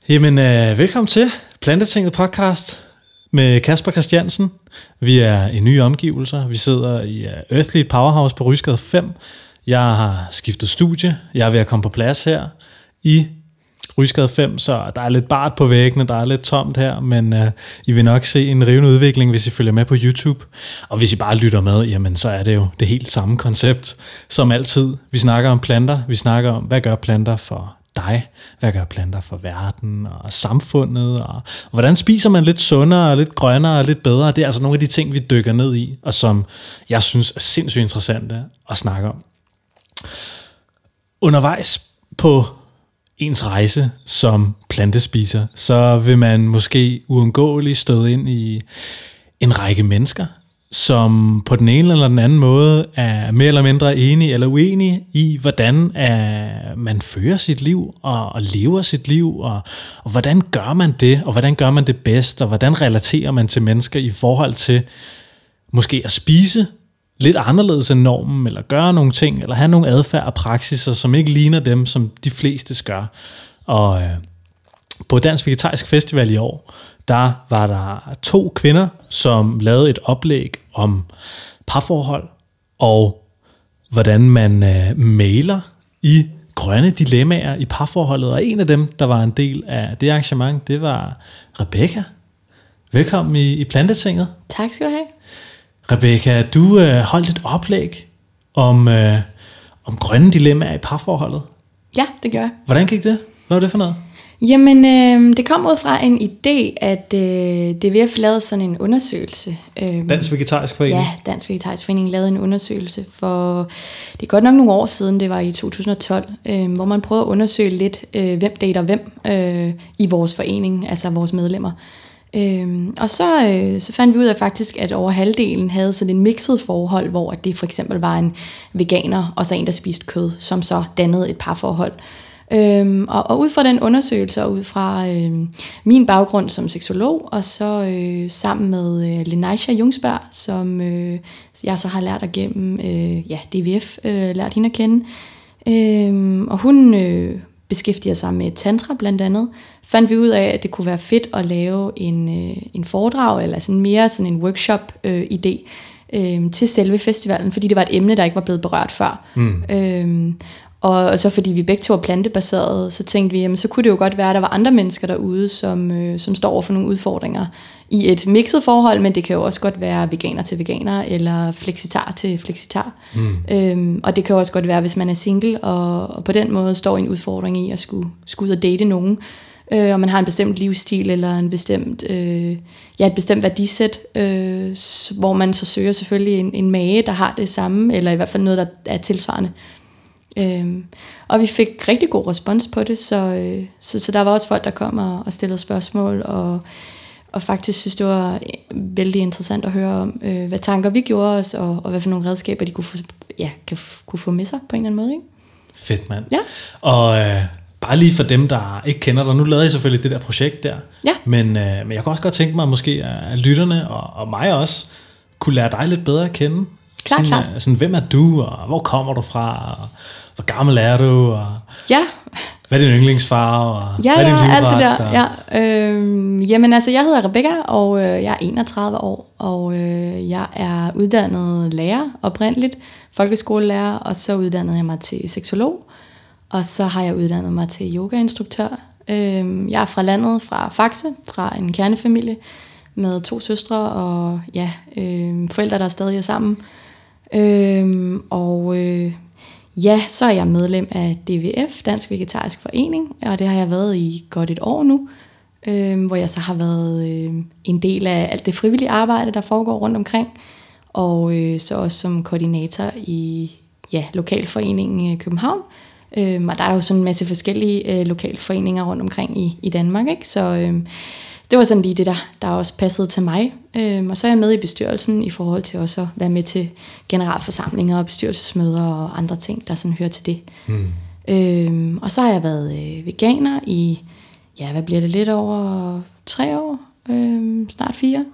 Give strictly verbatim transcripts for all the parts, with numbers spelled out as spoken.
Jamen, øh, velkommen til Plantetinget podcast med Kasper Christiansen. Vi er i nye omgivelser. Vi sidder i uh, Earthly Powerhouse på Rysgade fem. Jeg har skiftet studie. Jeg er ved at komme på plads her i Rysgade fem, så der er lidt bart på væggene, der er lidt tomt her, men uh, I vil nok se en rivende udvikling, hvis I følger med på YouTube. Og hvis I bare lytter med, jamen så er det jo det helt samme koncept som altid. Vi snakker om planter. Vi snakker om, hvad gør planter for dig, hvad gør planter for verden og samfundet, og, og hvordan spiser man lidt sundere og lidt grønnere og lidt bedre. Det er altså nogle af de ting, vi dykker ned i, og som jeg synes er sindssygt interessante at snakke om. Undervejs på ens rejse som plantespiser, så vil man måske uundgåeligt støde ind i en række mennesker, som på den ene eller den anden måde er mere eller mindre enige eller uenige i, hvordan uh, man fører sit liv og, og lever sit liv, og, og hvordan gør man det, og hvordan gør man det bedst, og hvordan relaterer man til mennesker i forhold til måske at spise lidt anderledes end normen, eller gøre nogle ting, eller have nogle adfærd og praksiser, som ikke ligner dem, som de fleste gør. Og uh, på Dansk Vegetarisk Festival i år, der var der to kvinder, som lavede et oplæg om parforhold og hvordan man øh, mailer i grønne dilemmaer i parforholdet. Og en af dem, der var en del af det arrangement, det var Rebecca. Velkommen i, i Plantetinget. Tak skal du have. Rebecca, du øh, holdt et oplæg om, øh, om grønne dilemmaer i parforholdet. Ja, det gør jeg. Hvordan gik det? Hvad var det for noget? Jamen, øh, det kom ud fra en idé, at øh, D V F lavede sådan en undersøgelse. Øh, Dansk Vegetarisk Forening? Ja, Dansk Vegetarisk Forening lavede en undersøgelse for, det er godt nok nogle år siden, det var i to tusind og tolv, øh, hvor man prøvede at undersøge lidt, øh, hvem dater hvem øh, i vores forening, altså vores medlemmer. Øh, og så, øh, så fandt vi ud af faktisk, at over halvdelen havde sådan en mixet forhold, hvor det for eksempel var en veganer, og så en, der spiste kød, som så dannede et parforhold. Øhm, og, og ud fra den undersøgelse og ud fra øh, min baggrund som seksolog, og så øh, sammen med øh, Lenaisha Jungsberg, som øh, jeg så har lært at gennem øh, ja, D V F, øh, lært hende at kende. Øh, og hun øh, beskæftiger sig med tantra blandt andet. Fandt vi ud af, at det kunne være fedt at lave en, øh, en foredrag, eller sådan mere sådan en workshop-idé øh, øh, til selve festivalen, fordi det var et emne, der ikke var blevet berørt før. Mm. Øh, Og så fordi vi begge to er plantebaserede, så tænkte vi, jamen så kunne det jo godt være, at der var andre mennesker derude, som, øh, som står over for nogle udfordringer i et mixet forhold, men det kan jo også godt være veganer til veganer, eller flexitar til flexitar. Mm. Øhm, og det kan jo også godt være, hvis man er single, og, og på den måde står i en udfordring i at skulle, skulle ud og date nogen, øh, og man har en bestemt livsstil, eller en bestemt, øh, ja, et bestemt værdisæt, øh, hvor man så søger selvfølgelig en, en mage, der har det samme, eller i hvert fald noget, der er tilsvarende. Øhm, og vi fik rigtig god respons på det, så, øh, så, så der var også folk, der kom og, og stillede spørgsmål, og, og faktisk synes det var vældig interessant at høre om, øh, hvad tanker vi gjorde os, og, og hvad for nogle redskaber de kunne få, ja, kan, kunne få med sig på en eller anden måde. Ikke? Fedt, mand. Ja. Og øh, bare lige for dem, der ikke kender dig, nu lavede jeg selvfølgelig det der projekt der, ja. men, øh, men jeg kunne også godt tænke mig, måske at lytterne og, og mig også kunne lære dig lidt bedre at kende. Klart, sådan, klart. Sådan, hvem er du, og hvor kommer du fra, og hvor gammel er du, og ja. hvad er din yndlingsfarve, og ja, hvad er din ja, livret? alt det der. Og Ja. Øhm, jamen altså, jeg hedder Rebecca, og øh, jeg er enogtredive år, og øh, jeg er uddannet lærer oprindeligt, folkeskolelærer, og så uddannede jeg mig til seksolog, og så har jeg uddannet mig til yogainstruktør. Øhm, jeg er fra landet, fra Faxe, fra en kernefamilie, med to søstre, og ja, øh, forældre, der stadig er sammen. Øhm, og øh, ja, så er jeg medlem af D V F, Dansk Vegetarisk Forening, og det har jeg været i godt et år nu, øh, hvor jeg så har været øh, en del af alt det frivillige arbejde, der foregår rundt omkring, og øh, så også som koordinator i ja, Lokalforeningen i København. Øh, og der er jo sådan en masse forskellige øh, lokalforeninger rundt omkring i, i Danmark, ikke? Så øh, det var sådan lige det, der, der også passede til mig. Øhm, og så er jeg med i bestyrelsen i forhold til også at være med til generalforsamlinger og bestyrelsesmøder og andre ting, der sådan hører til det. Mm. Øhm, og så har jeg været øh, veganer i, ja, hvad bliver det, lidt over tre år, øhm, snart fire.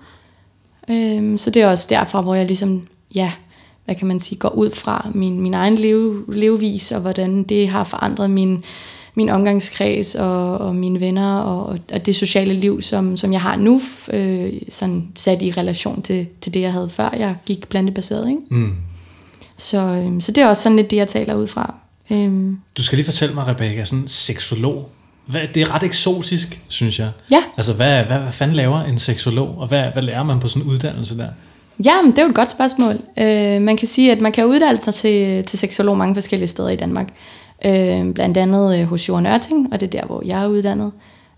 Øhm, så det er også derfra, hvor jeg ligesom, ja, hvad kan man sige, går ud fra min, min egen leve, levevis, og hvordan det har forandret min min omgangskreds og, og mine venner og, og det sociale liv, som, som jeg har nu, øh, sådan sat i relation til, til det, jeg havde før jeg gik plantebaseret, ikke? Mm. Så, øh, så det er også sådan lidt det, jeg taler ud fra. Øh. Du skal lige fortælle mig, Rebecca, sådan seksolog. Hvad, det er ret eksotisk, synes jeg. Ja. Altså, hvad, hvad, hvad fanden laver en seksolog, og hvad, hvad lærer man på sådan en uddannelse der? Ja, men det er jo et godt spørgsmål. Øh, man kan sige, at man kan uddanne sig til, til seksolog mange forskellige steder i Danmark. Øh, blandt andet øh, hos Jorden Ørting, og det er der, hvor jeg er uddannet.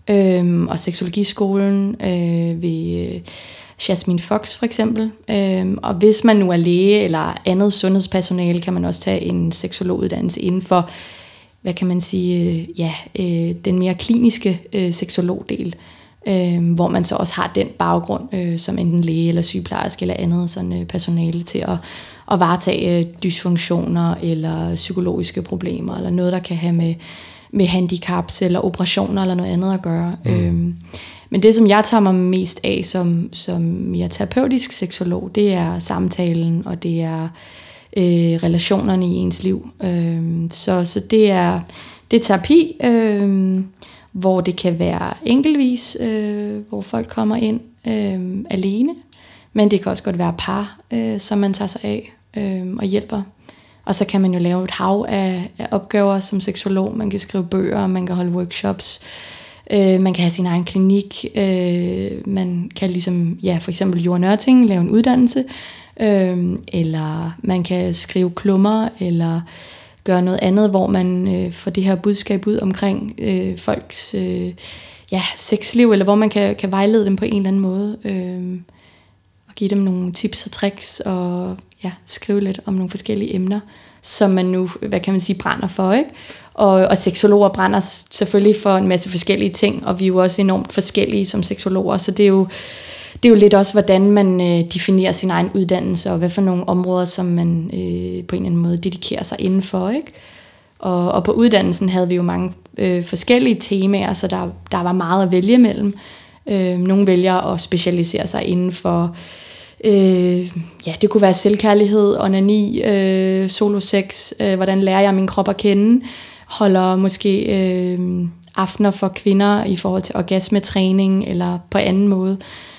Øh, og Seksologiskolen øh, ved øh, Jasmine Fox for eksempel. Øh, og hvis man nu er læge eller andet sundhedspersonale, kan man også tage en seksologuddannelse inden for, hvad kan man sige, øh, ja, øh, den mere kliniske øh, seksologdel. Øh, hvor man så også har den baggrund øh, som enten læge eller sygeplejerske eller andet sådan, øh, personale til at, at varetage øh, dysfunktioner eller psykologiske problemer eller noget, der kan have med, med handicaps eller operationer eller noget andet at gøre. Mm. Øh, men det, som jeg tager mig mest af som, som mere terapeutisk seksolog, det er samtalen, og det er øh, relationerne i ens liv. Øh, så, så det er, det er terapi, øh, hvor det kan være enkeltvis, øh, hvor folk kommer ind øh, alene, men det kan også godt være par, øh, som man tager sig af øh, og hjælper. Og så kan man jo lave et hav af, af opgaver som seksolog. Man kan skrive bøger, man kan holde workshops, øh, man kan have sin egen klinik, øh, man kan ligesom, ja, for eksempel Jorden Ørting, lave en uddannelse, øh, eller man kan skrive klummer, eller gøre noget andet, hvor man øh, får det her budskab ud omkring øh, folks øh, ja, sexliv, eller hvor man kan, kan vejlede dem på en eller anden måde, øh, og give dem nogle tips og tricks, og ja, skrive lidt om nogle forskellige emner, som man nu, hvad kan man sige, brænder for, ikke? Og, og seksologer brænder selvfølgelig for en masse forskellige ting, og vi er jo også enormt forskellige som seksologer, så det er jo Det er jo lidt også, hvordan man øh, definerer sin egen uddannelse, og hvad for nogle områder, som man øh, på en eller anden måde dedikerer sig indenfor, ikke? Og, og på uddannelsen havde vi jo mange øh, forskellige temaer, så der, der var meget at vælge mellem. Øh, nogle vælger at specialisere sig inden for, øh, ja, det kunne være selvkærlighed, onani, øh, solosex, øh, hvordan lærer jeg min krop at kende, holder måske øh, aftener for kvinder i forhold til orgasmetræning, eller på anden måde.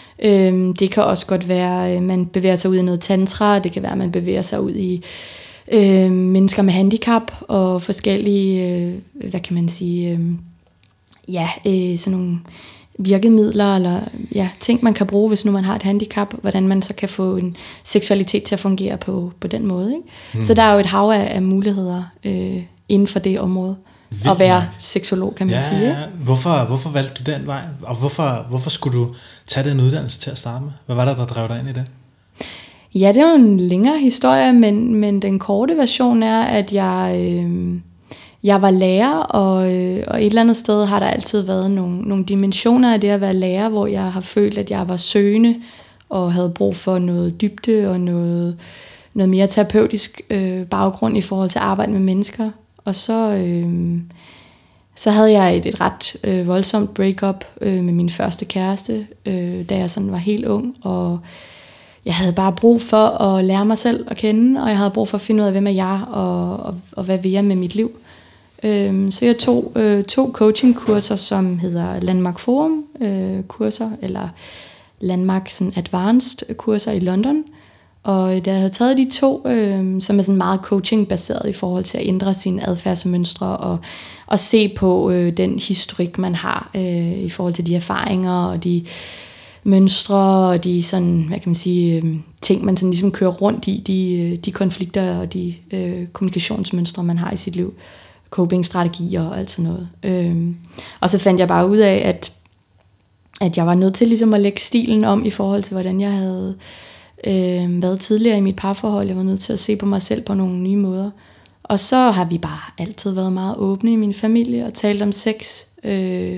Det kan også godt være, at man bevæger sig ud i noget tantra, det kan være, at man bevæger sig ud i øh, mennesker med handicap og forskellige, øh, hvad kan man sige, øh, ja, øh, sådan nogle virkemidler eller ja, ting, man kan bruge, hvis nu man har et handicap, hvordan man så kan få en seksualitet til at fungere på, på den måde, ikke? Mm. Så der er jo et hav af, af muligheder øh, inden for det område. Vildt at være seksolog, kan man ja, sige. Ikke? Hvorfor, hvorfor valgte du den vej? Og hvorfor, hvorfor skulle du tage den uddannelse til at starte med? Hvad var der, der drev dig ind i det? Ja, det er jo en længere historie, men, men den korte version er, at jeg, øh, jeg var lærer, og, øh, og et eller andet sted har der altid været nogle, nogle dimensioner af det at være lærer, hvor jeg har følt, at jeg var søgende og havde brug for noget dybde og noget, noget mere terapeutisk øh, baggrund i forhold til at arbejde med mennesker. Og så, øh, så havde jeg et, et ret øh, voldsomt breakup øh, med min første kæreste, øh, da jeg sådan var helt ung, og jeg havde bare brug for at lære mig selv at kende, og jeg havde brug for at finde ud af, hvem er jeg, og, og, og hvad vil jeg med mit liv. Øh, så jeg tog øh, to coachingkurser, som hedder Landmark Forum øh, kurser, eller Landmark sådan Advanced kurser i London. Og da jeg havde taget de to, øh, som er sådan meget coaching-baseret i forhold til at ændre sine adfærdsmønstre og, og se på øh, den historik, man har øh, i forhold til de erfaringer og de mønstre og de sådan, hvad kan man sige, øh, ting, man sådan ligesom kører rundt i, de, de konflikter og de øh, kommunikationsmønstre, man har i sit liv, coping-strategier og alt sådan noget. Øh, og så fandt jeg bare ud af, at, at jeg var nødt til ligesom at lægge stilen om i forhold til, hvordan jeg havde Øh, været tidligere i mit parforhold. Jeg var nødt til at se på mig selv på nogle nye måder. Og så har vi bare altid været meget åbne i min familie og talt om sex. Øh,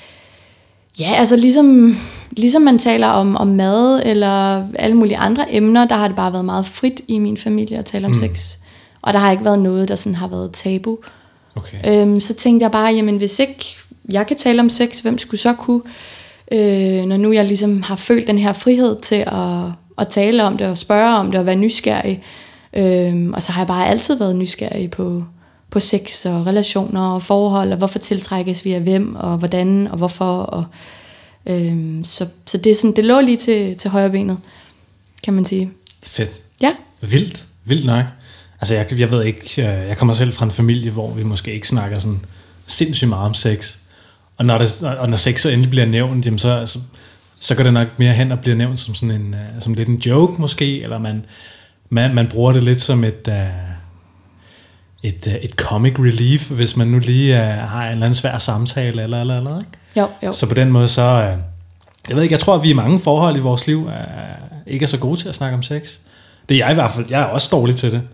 ja, altså ligesom, ligesom man taler om, om mad eller alle mulige andre emner, der har det bare været meget frit i min familie at tale om mm. sex. Og der har ikke været noget, der sådan har været tabu. Okay. Øh, så tænkte jeg bare, jamen hvis ikke jeg kan tale om sex, hvem skulle så kunne? Øh, når nu jeg ligesom har følt den her frihed til at at tale om det og spørge om det og være nysgerrig. Øhm, og så har jeg bare altid været nysgerrig på, på sex og relationer og forhold, og hvorfor tiltrækkes vi af hvem, og hvordan, og hvorfor. Og, øhm, så så det, er sådan, det lå lige til, til højre benet, kan man sige. Fedt. Ja. Vildt. Vildt nok. Altså jeg, jeg ved ikke, jeg kommer selv fra en familie, hvor vi måske ikke snakker sådan sindssygt meget om sex. Og når, det, og når sex så endelig bliver nævnt, jamen så, så, så går det nok mere hen og bliver nævnt som sådan en, som lidt en joke måske, eller man, man, man bruger det lidt som et, et, et comic relief, hvis man nu lige har en eller anden svær samtale, eller eller eller, ikke? Jo, jo. Så på den måde så, jeg ved ikke, jeg tror, at vi i mange forhold i vores liv er, ikke er så gode til at snakke om sex. Det er jeg i hvert fald, jeg er også dårlig til det.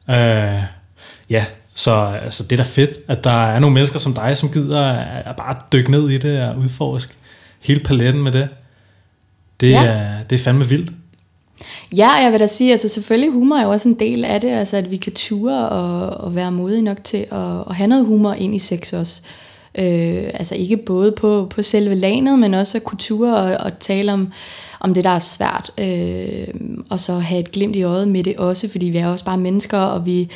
Uh, ja, så altså, det er da fedt, at der er nogle mennesker som dig, som gider at bare dykke ned i det og udforske hele paletten med det. Det, ja. er, det er fandme vildt. Ja, jeg vil da sige, altså selvfølgelig humor er jo også en del af det, altså at vi kan ture og, og være modige nok til at, at have noget humor ind i sex også. Øh, altså ikke både på, på selve lanet, men også at kunne ture og, og tale om, om det, der er svært. Øh, og så have et glimt i øjet med det også, fordi vi er også bare mennesker, og vi,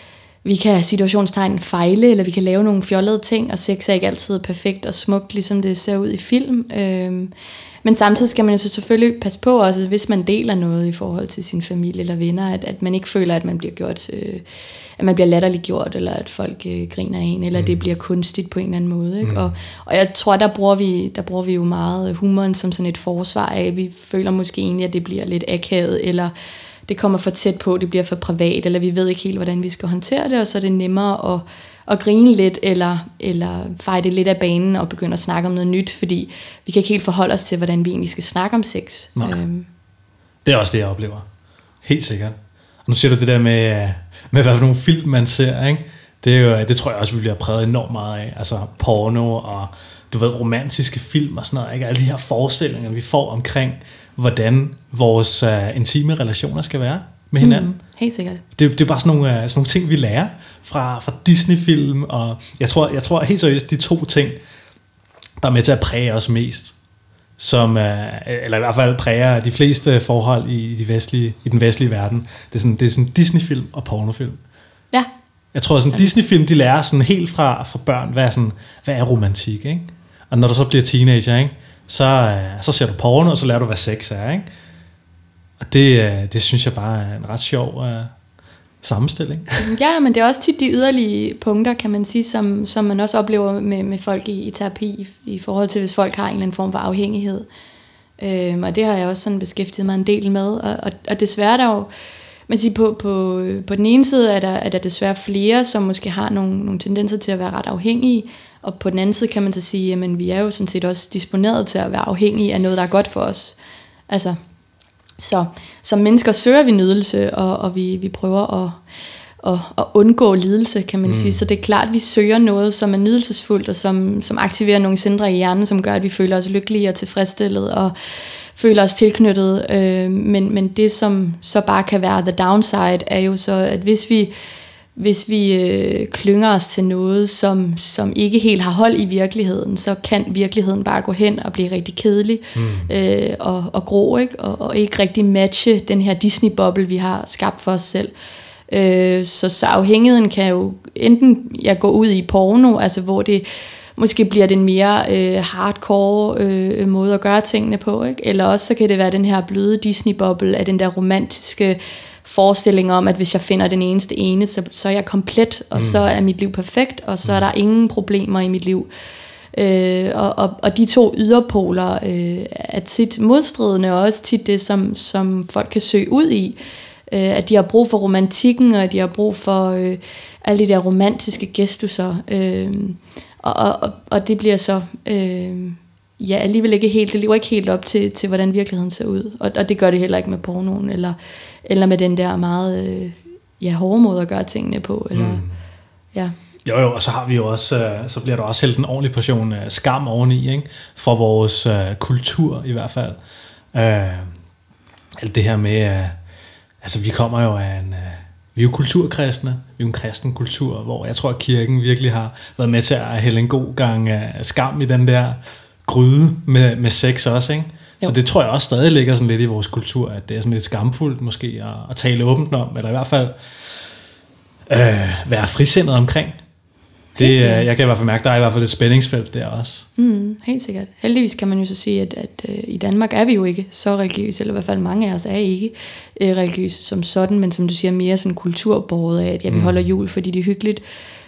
vi kan situationstegn fejle, eller vi kan lave nogle fjollede ting, og sex er ikke altid perfekt og smukt, ligesom det ser ud i film. Øh, Men samtidig skal man jo så selvfølgelig passe på også, hvis man deler noget i forhold til sin familie eller venner, at, at man ikke føler, at man bliver gjort, øh, at man bliver latterliggjort, eller at folk øh, griner af en, eller mm. det bliver kunstigt på en eller anden måde. Ikke? Mm. Og, og jeg tror, der bruger, vi, der bruger vi jo meget humoren som sådan et forsvar af, vi føler måske egentlig, at det bliver lidt akavet, eller det kommer for tæt på, det bliver for privat, eller vi ved ikke helt, hvordan vi skal håndtere det, og så er det nemmere at og grine lidt, eller, eller feje det lidt af banen og begynde at snakke om noget nyt, fordi vi kan ikke helt forholde os til, hvordan vi egentlig skal snakke om sex. Øhm. Det er også det, jeg oplever. Helt sikkert. Og nu siger du det der med, med hvad for nogle film man ser, ikke? Det, er jo, det tror jeg også, vi bliver præget enormt meget af. Altså porno og du ved, romantiske film og sådan noget, ikke? Alle de her forestillinger, vi får omkring, hvordan vores uh, intime relationer skal være med hinanden. Mm, helt sikkert. Det, det er bare sådan nogle, uh, sådan nogle ting, vi lærer fra, fra Disney-film, og jeg tror, jeg tror helt seriøst, de to ting, der er med til at præge os mest, som, eller i hvert fald præger de fleste forhold i, de vestlige, i den vestlige verden, det er sådan, det er sådan Disney-film og pornofilm. Ja. Jeg tror, sådan Disney-film, de lærer sådan helt fra, fra børn, hvad er, sådan, hvad er romantik, ikke? Og når du så bliver teenager, ikke? Så, så ser du porno, og så lærer du, hvad sex er, ikke? Og det, det synes jeg bare er en ret sjov sammenstilling. Ja, men det er også tit de yderlige punkter, kan man sige, som, som man også oplever med, med folk i, i terapi, i, i forhold til, hvis folk har en eller anden form for afhængighed. Øhm, og det har jeg også sådan beskæftiget mig en del med. Og, og, og desværre der jo, man siger, på, på, på den ene side er der, er der desværre flere, som måske har nogle, nogle tendenser til at være ret afhængige, og på den anden side kan man så sige, at vi er jo sådan set også disponeret til at være afhængige af noget, der er godt for os. Altså, så som mennesker søger vi nydelse, og, og vi, vi prøver at, at, at undgå lidelse, kan man mm. sige. Så det er klart, at vi søger noget, som er nydelsesfuldt, og som, som aktiverer nogle centre i hjernen, som gør, at vi føler os lykkelige og tilfredsstillet, og føler os tilknyttet. Øh, men, men det, som så bare kan være the downside, er jo så, at hvis vi Hvis vi øh, klynger os til noget, som, som ikke helt har hold i virkeligheden, så kan virkeligheden bare gå hen og blive rigtig kedelig mm. øh, og, og grå, ikke? Og, og ikke rigtig matche den her Disney-boble, vi har skabt for os selv. Øh, så, så afhængigheden kan jo enten ja, gå ud i porno, altså hvor det måske bliver den mere øh, hardcore øh, måde at gøre tingene på, ikke? Eller også så kan det være den her bløde Disney-boble af den der romantiske forestilling om, at hvis jeg finder den eneste ene, så, så er jeg komplet, og mm. så er mit liv perfekt, og så er der ingen problemer i mit liv. Øh, og, og, og de to yderpoler øh, er tit modstridende, og også tit det, som, som folk kan søge ud i. Øh, at de har brug for romantikken, og de har brug for øh, alle de der romantiske gestusser. Øh, og, og, og det bliver så øh, ja, alligevel ikke helt, det lever ikke helt op til, til hvordan virkeligheden ser ud. Og, og det gør det heller ikke med pornoen, eller eller med den der meget øh, ja, hårde måde at gøre tingene på. Eller, mm. ja. Jo jo, og så har vi jo også, øh, så bliver der også helt en ordentlig portion øh, skam oveni, ikke? For vores øh, kultur i hvert fald. Øh, alt det her med, øh, altså vi kommer jo af en, øh, vi er jo kulturkristne, vi er jo en kristen kultur, hvor jeg tror, at kirken virkelig har været med til at hælde en god gang øh, skam i den der gryde med, med sex også, ikke? Så det tror jeg også stadig ligger sådan lidt i vores kultur, at det er sådan lidt skamfuldt måske at, at tale åbent om, eller i hvert fald Øh, være frisindet omkring. Det, jeg kan i hvert fald mærke, der er i hvert fald et spændingsfelt der også. Mm, helt sikkert. Heldigvis kan man jo så sige, at, at uh, i Danmark er vi jo ikke så religiøse, eller i hvert fald mange af os er ikke uh, religiøse som sådan, men som du siger, mere sådan kulturbåret af, at ja, vi mm. holder jul, fordi det er hyggeligt.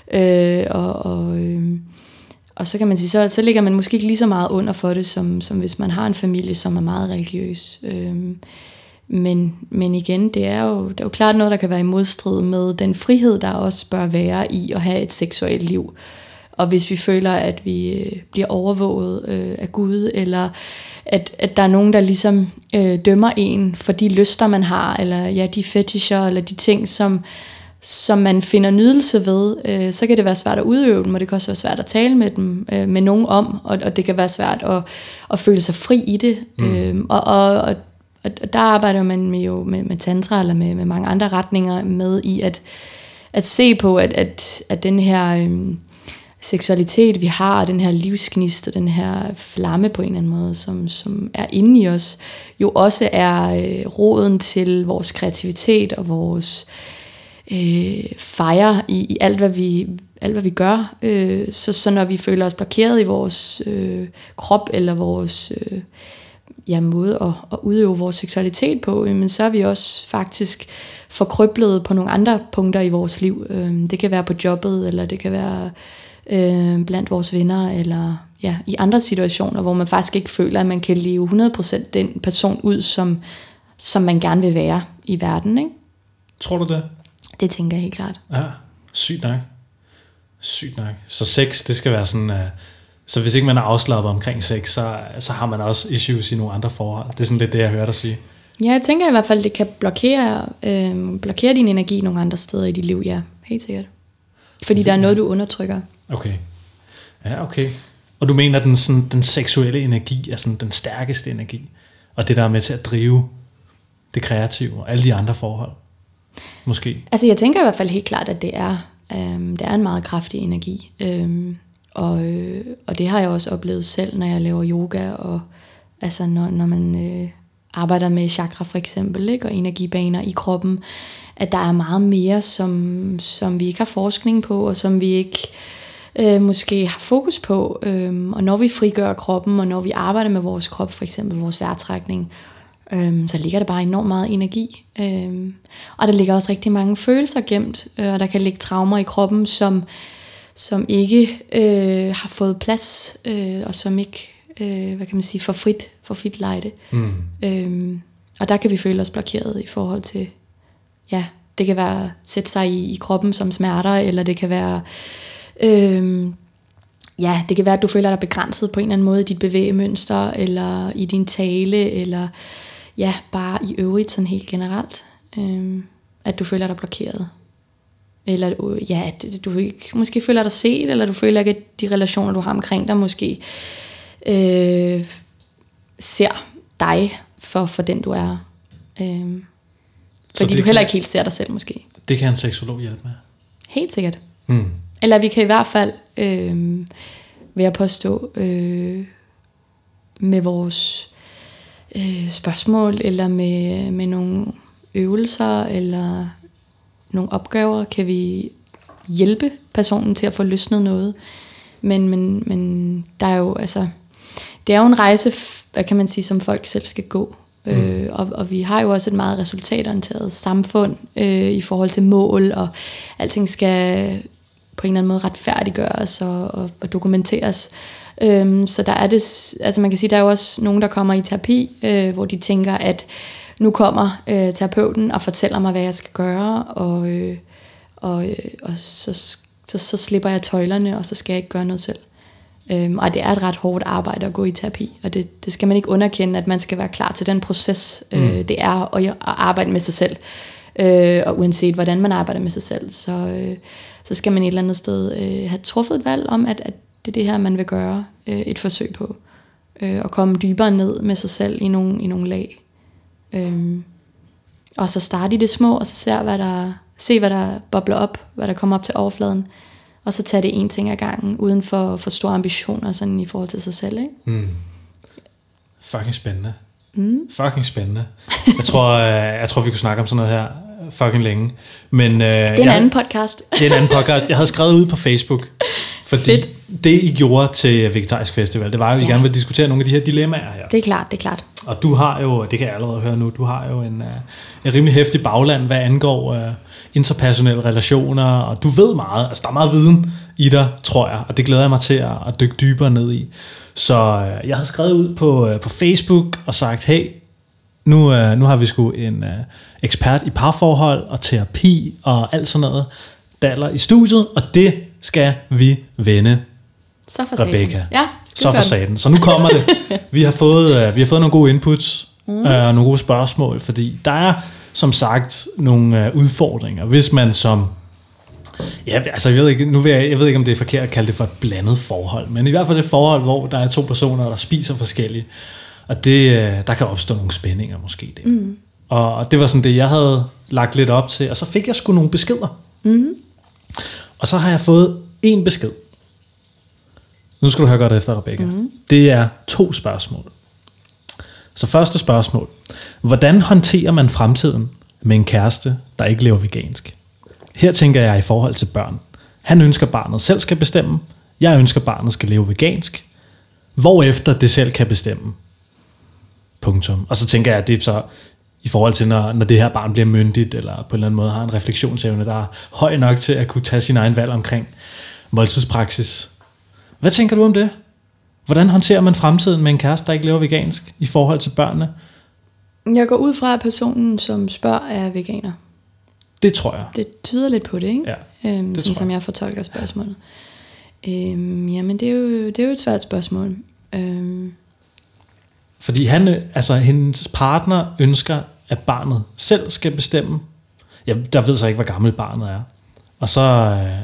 Uh, og, og, uh, og så kan man sige, så, så ligger man måske ikke lige så meget under for det, som, som hvis man har en familie, som er meget religiøs. Uh, men, men igen, det er, jo, det er jo klart noget, der kan være i modstrid med den frihed, der også bør være i at have et seksuelt liv. Og hvis vi føler, at vi øh, bliver overvåget øh, af Gud, eller at, at der er nogen, der ligesom øh, dømmer en for de lyster, man har, eller ja, de fetischer, eller de ting, som, som man finder nydelse ved, øh, så kan det være svært at udøve dem, og det kan også være svært at tale med dem, øh, med nogen om, og, og det kan være svært at, at føle sig fri i det. Mm. Øh, og, og, og Og der arbejder man med, jo med, med tantra eller med, med mange andre retninger med i at, at se på, at, at, at den her øhm, seksualitet, vi har, den her livsgnist og den her flamme på en eller anden måde, som, som er inde i os, jo også er øh, roden til vores kreativitet og vores øh, fejre i, i alt, hvad vi, alt, hvad vi gør. Øh, så, så når vi føler os blokeret i vores øh, krop eller vores Øh, ja, måde at, at udøve vores seksualitet på, men så er vi også faktisk forkryblet på nogle andre punkter i vores liv. Det kan være på jobbet, eller det kan være øh, blandt vores venner, eller ja, i andre situationer, hvor man faktisk ikke føler, at man kan leve hundrede procent den person ud, som, som man gerne vil være i verden. Ikke? Tror du det? Det tænker jeg helt klart. Ja, sygt nok. Sygt nok. Så sex, det skal være sådan... Uh Så hvis ikke man er afslappet omkring sex, så, så har man også issues i nogle andre forhold. Det er sådan lidt det, jeg hører dig sige. Ja, jeg tænker i hvert fald, det kan blokere, øh, blokere din energi nogle andre steder i dit liv, ja. Helt sikkert. Fordi der er noget, du undertrykker. Okay. Ja, okay. Og du mener, at den, sådan, den seksuelle energi er sådan den stærkeste energi, og det, der er med til at drive det kreative og alle de andre forhold? Måske? Altså, jeg tænker i hvert fald helt klart, at det er, øh, det er en meget kraftig energi. Øh, Og, øh, og det har jeg også oplevet selv, når jeg laver yoga, og altså når, når man øh, arbejder med chakra for eksempel, ikke, og energibaner i kroppen, at der er meget mere, som, som vi ikke har forskning på, og som vi ikke øh, måske har fokus på. Øh, og når vi frigør kroppen, og når vi arbejder med vores krop, for eksempel vores vejrtrækning, øh, så ligger der bare enormt meget energi. Øh, og der ligger også rigtig mange følelser gemt, øh, og der kan ligge traumer i kroppen, som som ikke øh, har fået plads, øh, og som ikke, øh, hvad kan man sige, for frit, for frit lejde. Mm. Øhm, og der kan vi føle os blokeret i forhold til, ja, det kan være at sætte sig i, i kroppen som smerter, eller det kan være, øh, ja, det kan være, at du føler dig begrænset på en eller anden måde i dit bevægemønster, eller i din tale, eller ja, bare i øvrigt sådan helt generelt, øh, at du føler dig blokeret. Eller ja, at du ikke måske føler dig set, eller du føler ikke, at de relationer, du har omkring dig, måske øh, ser dig for, for den, du er. Øh, fordi du heller kan, ikke helt ser dig selv, måske. Det kan en seksolog hjælpe med? Helt sikkert. Mm. Eller vi kan i hvert fald, øh, vil jeg påstå, øh, med vores øh, spørgsmål, eller med, med nogle øvelser, eller nogle opgaver, kan vi hjælpe personen til at få løsnet noget. Men, men, men der er jo, altså, det er jo en rejse, hvad kan man sige, som folk selv skal gå. Mm. Øh, og, og vi har jo også et meget resultatorienteret samfund øh, i forhold til mål, og alting skal på en eller anden måde retfærdiggøres og, og, og dokumenteres. Øh, så der er det, altså man kan sige, der er jo også nogen, der kommer i terapi, øh, hvor de tænker, at nu kommer øh, terapeuten og fortæller mig, hvad jeg skal gøre, og, øh, og, øh, og så, så, så slipper jeg tøjlerne, og så skal jeg ikke gøre noget selv. Øhm, og det er et ret hårdt arbejde at gå i terapi, og det, det skal man ikke underkende, at man skal være klar til den proces, mm. øh, det er at, at arbejde med sig selv. Øh, og uanset hvordan man arbejder med sig selv, så, øh, så skal man et eller andet sted øh, have truffet et valg om, at, at det er det her, man vil gøre øh, et forsøg på. Øh, og komme dybere ned med sig selv i nogle, i nogle lag. Øhm, og så starte i det små, og så se hvad, der, se, hvad der bobler op, hvad der kommer op til overfladen, og så tage det en ting ad gangen, uden for, for store ambitioner sådan i forhold til sig selv. Ikke? Mm. Fucking spændende. Mm. Fucking spændende. Jeg tror, jeg tror, vi kunne snakke om sådan noget her fucking længe. Men, øh, det er en jeg, anden podcast. Det er en anden podcast. Jeg havde skrevet ud på Facebook, fordi Fedt. det I gjorde til Vegetarisk Festival, det var jo, at I ja. gerne vil diskutere nogle af de her dilemmaer her. Det er klart, det er klart. Og du har jo, det kan jeg allerede høre nu, du har jo en, en rimelig heftig bagland, hvad angår uh, interpersonelle relationer, og du ved meget, altså der er meget viden i dig, tror jeg, og det glæder jeg mig til at, at dykke dybere ned i. Så uh, jeg havde skrevet ud på, uh, på Facebook og sagt, hey, nu, uh, nu har vi sgu en uh, ekspert i parforhold og terapi og alt sådan noget, daller i studiet, og det skal vi vende. Så for Rebecca. Ja, så for saten. Så nu kommer det. Vi har fået, uh, vi har fået nogle gode inputs og mm. uh, nogle gode spørgsmål, fordi der er som sagt nogle uh, udfordringer, hvis man som ja, altså jeg ved ikke, nu vil jeg, jeg ved ikke om det er forkert at kalde det for et blandet forhold, men i hvert fald et forhold, hvor der er to personer, der spiser forskelligt, og det, uh, der kan opstå nogle spændinger måske det. Mm. Og, og det var sådan det jeg havde lagt lidt op til, og så fik jeg sgu nogle beskeder. Mm. Og så har jeg fået en besked. Nu skal du høre godt efter, Rebecca. Mm. Det er to spørgsmål. Så første spørgsmål. Hvordan håndterer man fremtiden med en kæreste, der ikke lever vegansk? Her tænker jeg i forhold til børn. Han ønsker, at barnet selv skal bestemme. Jeg ønsker, at barnet skal leve vegansk. Hvorefter det selv kan bestemme. Punktum. Og så tænker jeg, at det er så i forhold til, når, når det her barn bliver myndigt, eller på en eller anden måde har en refleksionsevne, der er høj nok til at kunne tage sin egen valg omkring måltidspraksis. Hvad tænker du om det? Hvordan håndterer man fremtiden med en kæreste, der ikke lever vegansk i forhold til børnene? Jeg går ud fra, at personen, som spørger, er veganer. Det tror jeg. Det tyder lidt på det, ikke? Ja, øhm, det sådan tror som jeg fortolker spørgsmålet. Øhm, jamen, det er, jo, det er jo et svært spørgsmål. Øhm. Fordi han, altså, hendes partner ønsker, at barnet selv skal bestemme. Jeg, der ved så ikke, hvor gammel barnet er. Og så... Øh,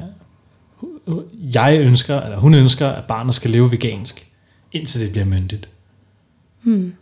jeg ønsker, eller hun ønsker, at barnet skal leve vegansk, indtil det bliver myndigt. Hmm.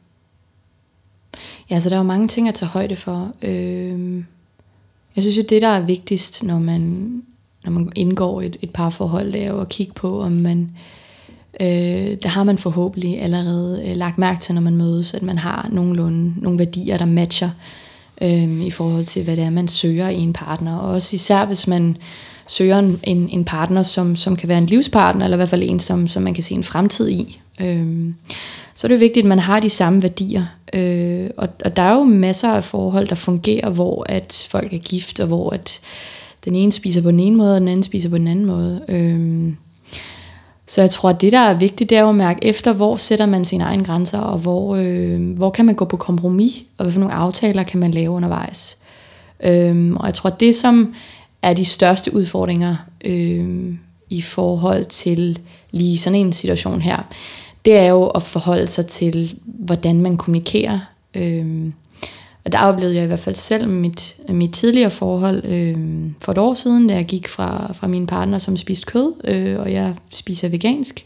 Ja, så der er jo mange ting at tage højde for. Øh, jeg synes jo, det der er vigtigst, når man, når man indgår et, et parforhold, det er jo at kigge på, om man, øh, der har man forhåbentlig allerede øh, lagt mærke til, når man mødes, at man har nogenlunde nogle værdier, der matcher øh, i forhold til, hvad det er, man søger i en partner. Og også især, hvis man søger en, en partner, som, som kan være en livspartner, eller i hvert fald en, som, som man kan se en fremtid i. Øhm, så er det vigtigt, at man har de samme værdier. Øh, og, og der er jo masser af forhold, der fungerer, hvor at folk er gift, og hvor at den ene spiser på den ene måde, og den anden spiser på den anden måde. Øhm, så jeg tror, at det, der er vigtigt, det er jo at mærke efter, hvor sætter man sine egne grænser, og hvor, øh, hvor kan man gå på kompromis, og hvad for nogle aftaler kan man lave undervejs. Øhm, og jeg tror, at det, som er de største udfordringer øh, i forhold til lige sådan en situation her, det er jo at forholde sig til, hvordan man kommunikerer. Øh, og der oplevede jeg i hvert fald selv mit, mit tidligere forhold øh, for et år siden, da jeg gik fra, fra min partner, som spiste kød, øh, og jeg spiser vegansk.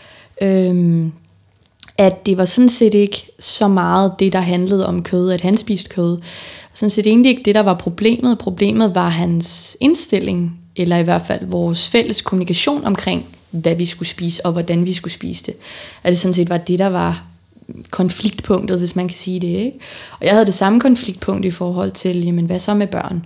Øh, at det var sådan set ikke så meget det, der handlede om kød, at han spiste kød. Sådan set egentlig ikke det, der var problemet. Problemet var hans indstilling, eller i hvert fald vores fælles kommunikation omkring, hvad vi skulle spise, og hvordan vi skulle spise det. At det sådan set var det, der var konfliktpunktet, hvis man kan sige det, ikke? Og jeg havde det samme konfliktpunkt i forhold til, jamen hvad så med børn?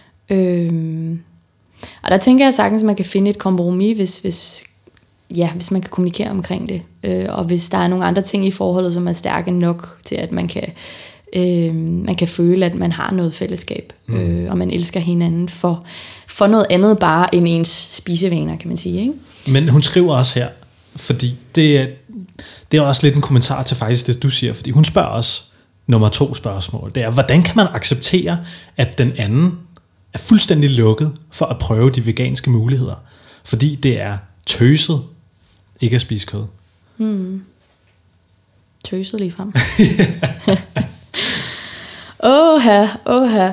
Øhm, og der tænker jeg sagtens, at man kan finde et kompromis, hvis, hvis, ja, hvis man kan kommunikere omkring det. Øh, og hvis der er nogle andre ting i forholdet, som er stærke nok til, at man kan... Øh, man kan føle, at man har noget fællesskab, mm. øh, og man elsker hinanden for, for noget andet bare end ens spisevaner, kan man sige, ikke? Men hun skriver også her, fordi det er, det er også lidt en kommentar til faktisk det, du siger, fordi hun spørger også nummer to spørgsmål. Det er, hvordan kan man acceptere, at den anden er fuldstændig lukket for at prøve de veganske muligheder? Fordi det er tøset ikke at spise kød. Hmm. Tøset lige frem. Åh her, åh her.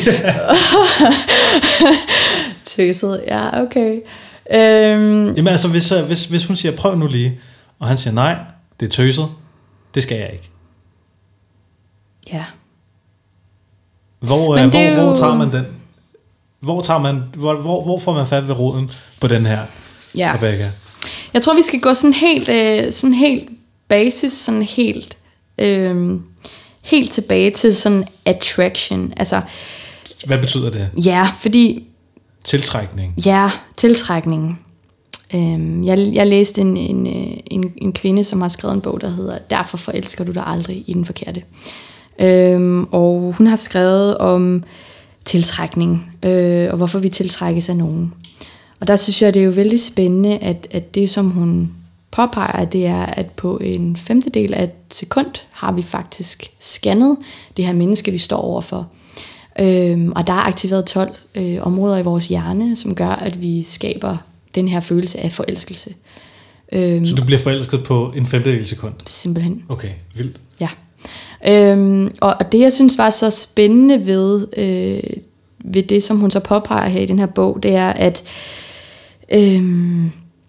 Tøset, ja, okay. Øhm. Jamen altså, hvis, hvis, hvis hun siger, prøv nu lige, og han siger, nej, det er tøset, det skal jeg ikke. Ja. Hvor, hvor, jo... hvor tager man den? Hvor, tager man, hvor, hvor, hvor får man fat ved roden på den her, ja. Rebecca? Jeg tror, vi skal gå sådan helt, øh, sådan helt basis, sådan helt... Øh, helt tilbage til sådan attraction. Altså, Hvad betyder det? Ja, fordi... Tiltrækning. Ja, tiltrækning. Øhm, jeg, jeg læste en, en, en, en kvinde, som har skrevet en bog, der hedder Derfor forelsker du dig aldrig i den forkerte. Øhm, og hun har skrevet om tiltrækning, øh, og hvorfor vi tiltrækkes af nogen. Og der synes jeg, det er jo vældig spændende, at, at det, som hun påpeger, det er, at på en femtedel af et sekund har vi faktisk scannet det her menneske, vi står overfor. Øhm, og der er aktiveret tolv øh, områder i vores hjerne, som gør, at vi skaber den her følelse af forelskelse. Øhm, Så du bliver forelsket på en femtedel sekund? Simpelthen. Okay, vildt. Ja. Øhm, og, og det, jeg synes var så spændende ved, øh, ved det, som hun så påpeger her i den her bog, det er, at øhm,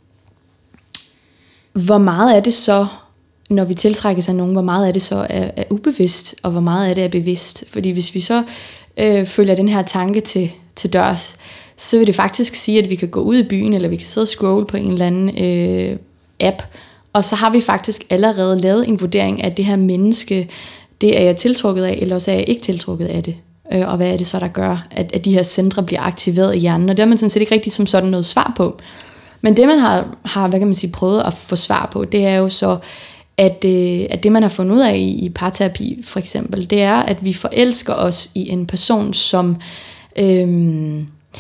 hvor meget er det så, når vi tiltrækkes af nogen, hvor meget af det så er, er ubevidst, og hvor meget af det er bevidst. Fordi hvis vi så øh, følger den her tanke til, til dørs, så vil det faktisk sige, at vi kan gå ud i byen, eller vi kan sidde og scrolle på en eller anden øh, app, og så har vi faktisk allerede lavet en vurdering af det her menneske, det er jeg tiltrukket af, eller også er jeg ikke tiltrukket af det. Øh, og hvad er det så, der gør, at, at de her centre bliver aktiveret i hjernen? Og det har man sådan set ikke rigtig som sådan noget svar på. Men det, man har, har hvad kan man sige, prøvet at få svar på, det er jo så, at, øh, at det, man har fundet ud af i, i parterapi for eksempel, det er, at vi forelsker os i en person, som... Øh,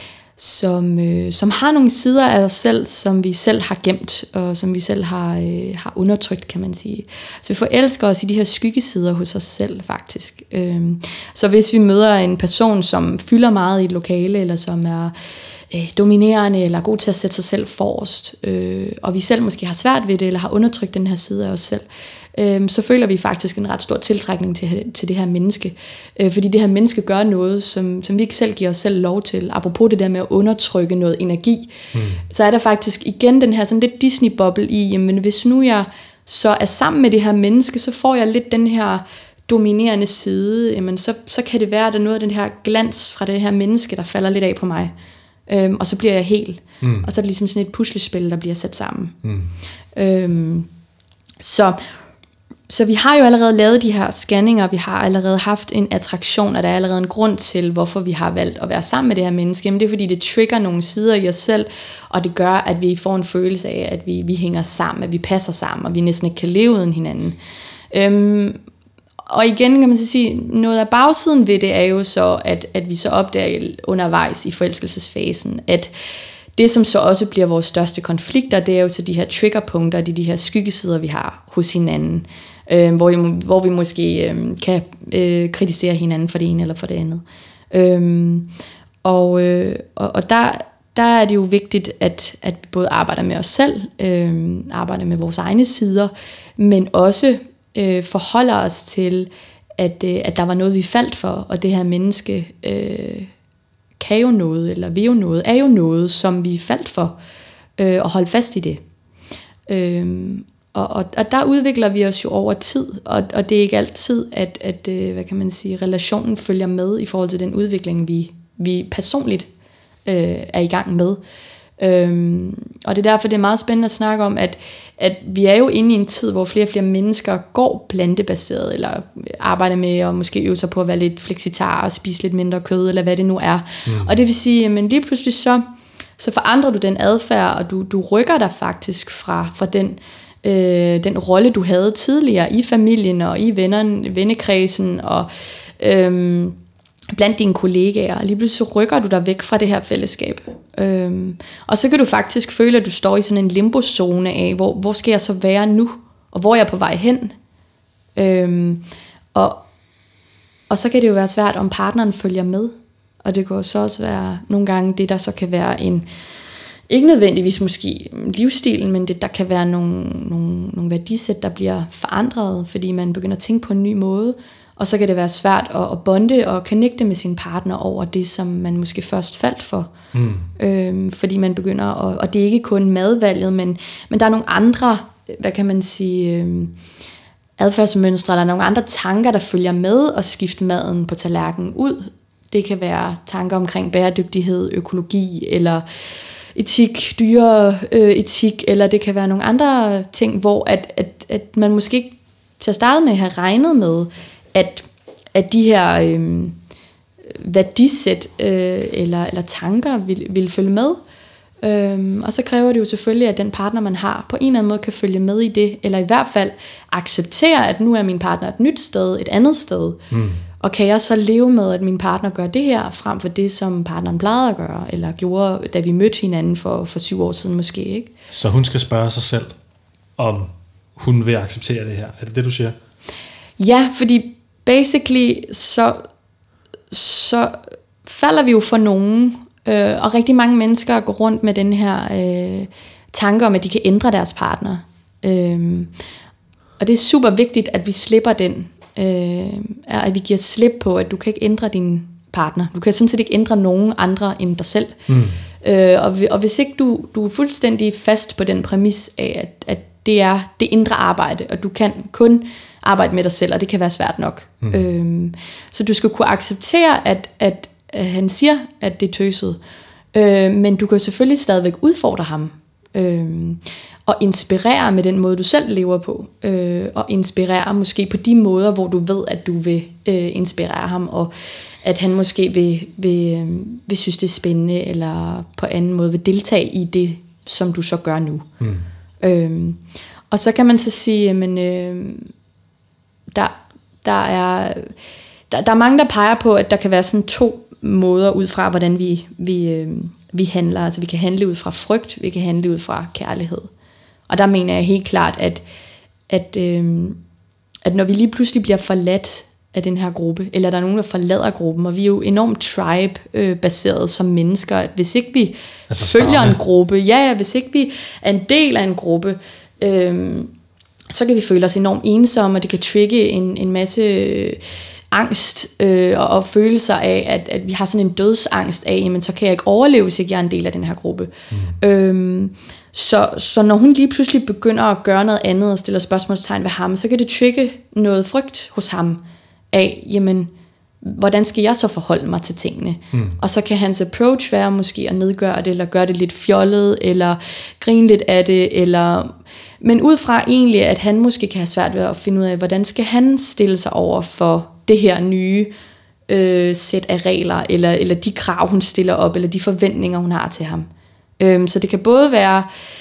Som, øh, som har nogle sider af os selv, som vi selv har gemt, og som vi selv har, øh, har undertrykt, kan man sige. Så vi forelsker os i de her skyggesider hos os selv, faktisk. Øhm, så hvis vi møder en person, som fylder meget i et lokale, eller som er øh, dominerende, eller er god til at sætte sig selv forrest, øh, og vi selv måske har svært ved det, eller har undertrykt den her side af os selv, øh, så føler vi faktisk en ret stor tiltrækning til, til det her menneske. Øh, fordi det her menneske gør noget, som, som vi ikke selv giver os selv lov til. Apropos det der med at undertrykke noget energi, mm. så er der faktisk igen den her sådan lidt Disney-boble i, jamen hvis nu jeg så er sammen med det her menneske, så får jeg lidt den her dominerende side, jamen så, så kan det være, at der er noget af den her glans fra det her menneske, der falder lidt af på mig. Øhm, og så bliver jeg hel. Mm. Og så er det ligesom sådan et puslespil, der bliver sat sammen. Mm. Øhm, så, så vi har jo allerede lavet de her scanninger, vi har allerede haft en attraktion, og der er allerede en grund til, hvorfor vi har valgt at være sammen med det her menneske. Jamen det er fordi, det trigger nogle sider i os selv, og det gør, at vi får en følelse af, at vi, vi hænger sammen, at vi passer sammen, og vi næsten ikke kan leve uden hinanden. Øhm, Og igen kan man så sige, noget af bagsiden ved det er jo så, at, at vi så opdager undervejs i forelskelsesfasen, at det som så også bliver vores største konflikter, det er jo så de her triggerpunkter, de, de her skyggesider, vi har hos hinanden, øh, hvor, vi, hvor vi måske øh, kan øh, kritisere hinanden for det ene eller for det andet. Øh, og øh, og, og der, der er det jo vigtigt, at, at vi både arbejder med os selv, øh, arbejder med vores egne sider, men også Øh, forholder os til, at, øh, at der var noget, vi faldt for, og det her menneske øh, kan jo noget, eller vil jo noget, er jo noget, som vi faldt for, øh, og holde fast i det. Øh, og, og, og der udvikler vi os jo over tid, og, og det er ikke altid, at, at øh, hvad kan man sige, relationen følger med i forhold til den udvikling, vi, vi personligt øh, er i gang med. Øhm, og det er derfor, det er meget spændende at snakke om, at, at vi er jo inde i en tid, hvor flere og flere mennesker går plantebaseret, eller arbejder med at måske øve sig på at være lidt flexitar og spise lidt mindre kød, eller hvad det nu er. Mm. Og det vil sige, men lige pludselig så, så forandrer du den adfærd, og du, du rykker dig faktisk fra, fra den, øh, den rolle, du havde tidligere i familien og i vennerne, vennekredsen og øh, blandt dine kollegaer, og lige pludselig så rykker du dig væk fra det her fællesskab. Øhm, og så kan du faktisk føle, at du står i sådan en limbo-zone af, hvor, hvor skal jeg så være nu, og hvor er jeg på vej hen. Øhm, og, og så kan det jo være svært, om partneren følger med, og det kan så også være nogle gange det, der så kan være en, ikke nødvendigvis måske livsstilen, men det, der kan være nogle, nogle, nogle værdisæt, der bliver forandret, fordi man begynder at tænke på en ny måde. Og så kan det være svært at, at bonde og connecte med sin partner over det, som man måske først faldt for. Mm. Øhm, fordi man begynder, at, og det er ikke kun madvalget, men, men der er nogle andre, hvad kan man sige, øhm, adfærdsmønstre, der er nogle andre tanker, der følger med at skifte maden på tallerkenen ud. Det kan være tanker omkring bæredygtighed, økologi, eller etik, dyreetik, eller det kan være nogle andre ting, hvor at, at, at man måske ikke til at starte med har regnet med, at, at de her øh, værdisæt øh, eller, eller tanker vil, vil følge med. Øhm, og så kræver det jo selvfølgelig, at den partner, man har, på en eller anden måde kan følge med i det, eller i hvert fald acceptere, at nu er min partner et nyt sted, et andet sted. Mm. Og kan jeg så leve med, at min partner gør det her, frem for det, som partneren plejede at gøre, eller gjorde, da vi mødte hinanden for, for syv år siden måske, ikke? Så hun skal spørge sig selv, om hun vil acceptere det her. Er det det, du siger? Ja, fordi basically, så, så falder vi jo for nogen, øh, og rigtig mange mennesker går rundt med den her øh, tanke om, at de kan ændre deres partner. Øh, og det er super vigtigt, at vi slipper den, øh, at vi giver slip på, at du kan ikke ændre din partner. Du kan sådan set ikke ændre nogen andre end dig selv. Mm. Øh, og, og hvis ikke du, du er fuldstændig fast på den præmis af, at, at det er det indre arbejde, og du kan kun arbejde med dig selv, og det kan være svært nok. Mm. Øhm, så du skal kunne acceptere, at, at, at han siger, at det er tøset. Øh, men du kan selvfølgelig stadigvæk udfordre ham. Øh, og inspirere med den måde, du selv lever på. Øh, og inspirere måske på de måder, hvor du ved, at du vil øh, inspirere ham, og at han måske vil, vil, øh, vil synes, det er spændende, eller på anden måde vil deltage i det, som du så gør nu. Mm. Øh, og så kan man så sige, men øh, der, der, er, der, der er mange, der peger på, at der kan være sådan to måder ud fra, hvordan vi, vi, øh, vi handler. Altså vi kan handle ud fra frygt, vi kan handle ud fra kærlighed. Og der mener jeg helt klart, at, at, øh, at når vi lige pludselig bliver forladt af den her gruppe, eller der er nogen, der forlader gruppen, og vi er jo enormt tribe-baseret øh, som mennesker, at hvis ikke vi altså følger en gruppe, ja, ja, hvis ikke vi er en del af en gruppe, øh, så kan vi føle os enormt ensomme, og det kan trigge en, en masse øh, angst øh, og, og følelser af, at, at vi har sådan en dødsangst af, jamen så kan jeg ikke overleve, hvis ikke jeg er en del af den her gruppe. Mm. Øh, Så, så når hun lige pludselig begynder at gøre noget andet og stiller spørgsmålstegn ved ham, så kan det trigge noget frygt hos ham af, jamen, hvordan skal jeg så forholde mig til tingene? Mm. Og så kan hans approach være måske at nedgøre det, eller gøre det lidt fjollet, eller grine lidt af det, eller... Men ud fra egentlig, at han måske kan have svært ved at finde ud af, hvordan skal han stille sig over for det her nye øh, sæt af regler, eller, eller de krav, hun stiller op, eller de forventninger, hun har til ham. Øhm, så det kan både være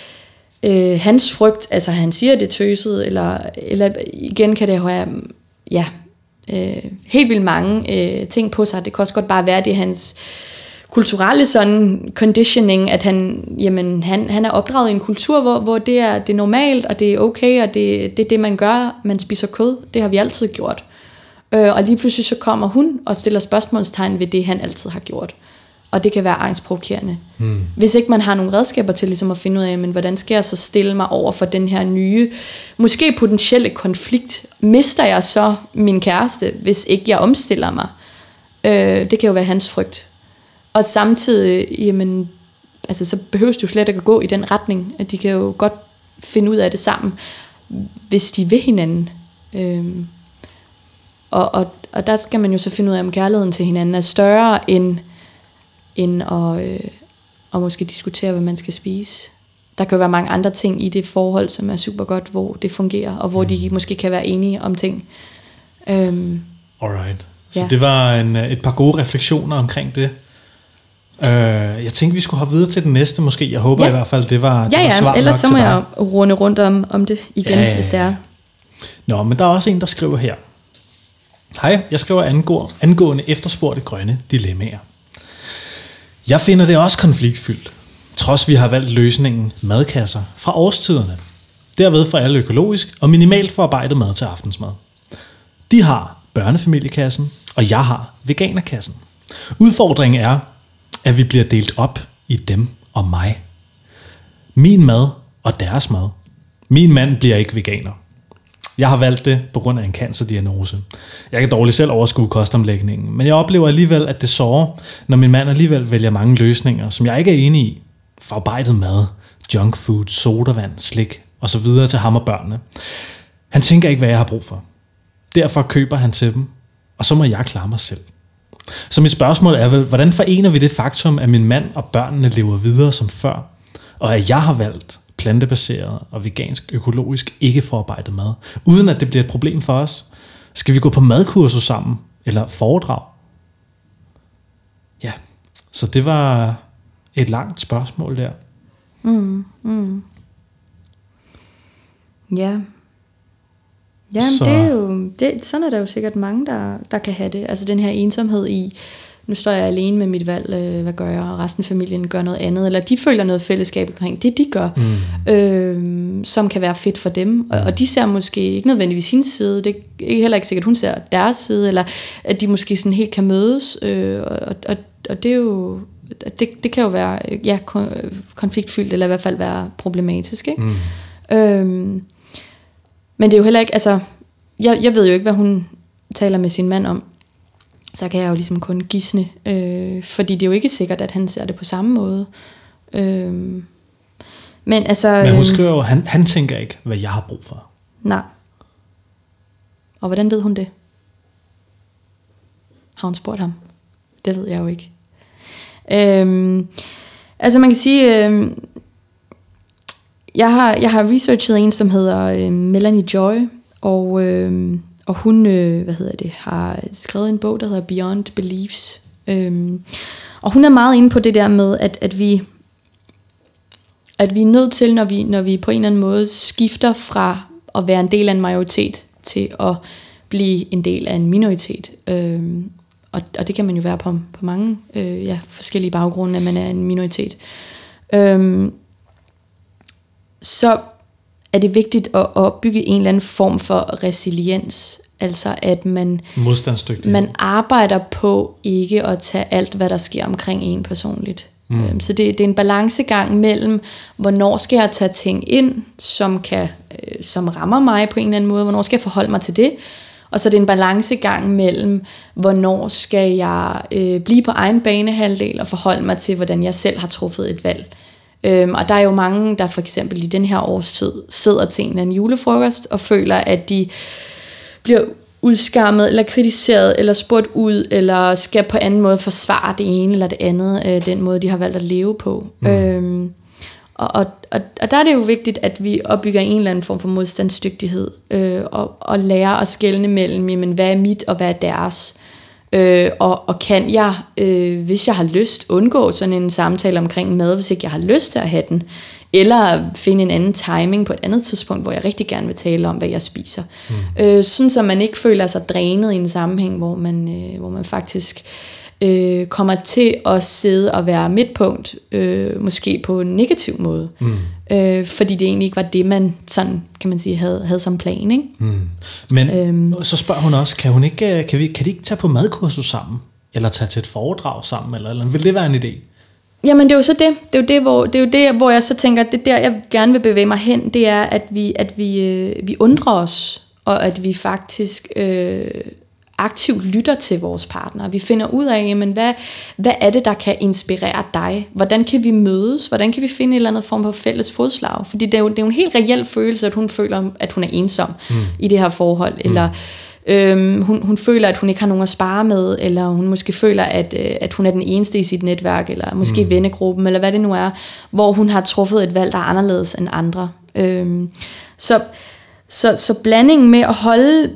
øh, hans frygt, altså han siger det tøset, eller, eller igen kan det have ja, øh, helt vildt mange øh, ting på sig. Det kan også godt bare være, det er hans kulturelle sådan conditioning, at han, jamen, han, han er opdraget i en kultur, hvor, hvor det, er, det er normalt, og det er okay, og det, det er det, man gør. Man spiser kød, det har vi altid gjort. Øh, og lige pludselig så kommer hun og stiller spørgsmålstegn ved det, han altid har gjort. Og det kan være angstprovokerende. Hmm. Hvis ikke man har nogle redskaber til ligesom at finde ud af, men hvordan skal jeg så stille mig over for den her nye, måske potentielle konflikt? Mister jeg så min kæreste, hvis ikke jeg omstiller mig? Øh, det kan jo være hans frygt. Og samtidig, jamen, altså, så behøves du slet ikke at gå i den retning, at de kan jo godt finde ud af det sammen, hvis de vil hinanden. Øh, og, og, og der skal man jo så finde ud af, om kærligheden til hinanden er større end end at, øh, at måske diskutere, hvad man skal spise. Der kan jo være mange andre ting i det forhold, som er super godt, hvor det fungerer, og hvor mm. de måske kan være enige om ting. Øhm, Alright. Så ja. Det var en, et par gode refleksioner omkring det. Uh, jeg tænkte, vi skulle hoppe videre til den næste måske. Jeg håber ja. i hvert fald, det var, det ja, var ja. svar nok Ellers så må til jeg runde rundt om, om det igen, ja, ja, ja. hvis det er. Nå, men der er også en, der skriver her. Hej, jeg skriver angå, angående efterspurgte grønne dilemmaer. Jeg finder det også konfliktfyldt, trods vi har valgt løsningen madkasser fra årstiderne. Derved får alle økologisk og minimalt forarbejdet mad til aftensmad. De har børnefamiliekassen, og jeg har veganerkassen. Udfordringen er, at vi bliver delt op i dem og mig. Min mad og deres mad. Min mand bliver ikke veganer. Jeg har valgt det på grund af en cancerdiagnose. Jeg kan dårligt selv overskue kostomlægningen, men jeg oplever alligevel, at det sårer, når min mand alligevel vælger mange løsninger, som jeg ikke er enig i. Forarbejdet mad, junk food, sodavand, slik osv. til ham og børnene. Han tænker ikke, hvad jeg har brug for. Derfor køber han til dem, og så må jeg klare mig selv. Så mit spørgsmål er vel, hvordan forener vi det faktum, at min mand og børnene lever videre som før, og at jeg har valgt plantebaseret og vegansk, økologisk, ikke forarbejdet mad, uden at det bliver et problem for os? Skal vi gå på madkursus sammen, eller foredrag? Så det var et langt spørgsmål der. Mm, mm. Ja. Ja, Så... det er jo, det, sådan er der jo sikkert mange, der, der kan have det. Altså den her ensomhed i, nu står jeg alene med mit valg, øh, hvad gør jeg, og resten af familien gør noget andet, eller de føler noget fællesskab omkring det, de gør, mm. øh, som kan være fedt for dem, og, og de ser måske ikke nødvendigvis hendes side, det er heller ikke sikkert, hun ser deres side, eller at de måske sådan helt kan mødes, øh, og, og, og det er jo, det, det kan jo være ja, konfliktfyldt, eller i hvert fald være problematisk, ikke? Mm. Øh, men det er jo heller ikke, altså, jeg, jeg ved jo ikke, hvad hun taler med sin mand om, så kan jeg jo ligesom kun gisne, øh, fordi det er jo ikke sikkert, at han ser det på samme måde. Øh, men altså... Men hun skriver jo, han, han tænker ikke, hvad jeg har brug for. Nej. Og hvordan ved hun det? Har hun spurgt ham? Det ved jeg jo ikke. Øh, altså man kan sige... Øh, jeg, har, jeg har researchet en, som hedder øh, Melanie Joy, og... Øh, Og hun, øh, hvad hedder det, har skrevet en bog, der hedder Beyond Beliefs. Øhm, og hun er meget inde på det der med, at, at, vi, at vi er nødt til, når vi, når vi på en eller anden måde skifter fra at være en del af en majoritet, til at blive en del af en minoritet. Øhm, og, og det kan man jo være på, på mange øh, ja, forskellige baggrunde, at man er en minoritet. Øhm, så... er det vigtigt at opbygge en eller anden form for resiliens, altså at man, man arbejder på ikke at tage alt, hvad der sker omkring en personligt. Mm. Så det, det er en balancegang mellem, hvornår skal jeg tage ting ind, som, kan, som rammer mig på en eller anden måde, hvornår skal jeg forholde mig til det, og så er det en balancegang mellem, hvornår skal jeg øh, blive på egen banehalvdel og forholde mig til, hvordan jeg selv har truffet et valg. Øhm, og der er jo mange, der for eksempel i den her årstid sidder til en eller anden julefrokost og føler, at de bliver udskammet eller kritiseret eller spurgt ud, eller skal på anden måde forsvare det ene eller det andet, øh, den måde de har valgt at leve på. Mm. Øhm, og, og, og, og der er det jo vigtigt, at vi opbygger en eller anden form for modstandsdygtighed, øh, og, og lærer at skelne mellem, jamen, hvad er mit og hvad er deres. Øh, og, og kan jeg, øh, hvis jeg har lyst, undgå sådan en samtale omkring mad, hvis ikke jeg har lyst til at have den, eller finde en anden timing på et andet tidspunkt, hvor jeg rigtig gerne vil tale om, hvad jeg spiser. Mm. Øh, sådan så man ikke føler sig drænet i en sammenhæng, hvor man, øh, hvor man faktisk øh, kommer til at sidde og være midtpunkt, øh, måske på en negativ måde. Mm. Øh, fordi det egentlig ikke var det, man sådan, kan man sige, havde, havde som plan, ikke? Mm. Men øhm, så spørger hun også, kan, hun ikke, kan, vi, kan de ikke tage på madkursus sammen? Eller tage til et foredrag sammen? Eller, eller vil det være en idé? Jamen det er jo så det. Det er jo det, hvor, det er jo det, hvor jeg så tænker, at det der, jeg gerne vil bevæge mig hen, det er, at vi, at vi, øh, vi undrer os, og at vi faktisk... Øh, aktivt lytter til vores partner. Vi finder ud af, jamen, hvad, hvad er det, der kan inspirere dig? Hvordan kan vi mødes? Hvordan kan vi finde en eller anden form for fælles fodslag? Fordi det er jo, det er jo en helt reel følelse, at hun føler, at hun er ensom mm. i det her forhold. Eller øhm, hun, hun føler, at hun ikke har nogen at spare med, eller hun måske føler, at, øh, at hun er den eneste i sit netværk, eller måske mm. vennegruppen, eller hvad det nu er, hvor hun har truffet et valg, der er anderledes end andre. Øhm, så, så, så blandingen med at holde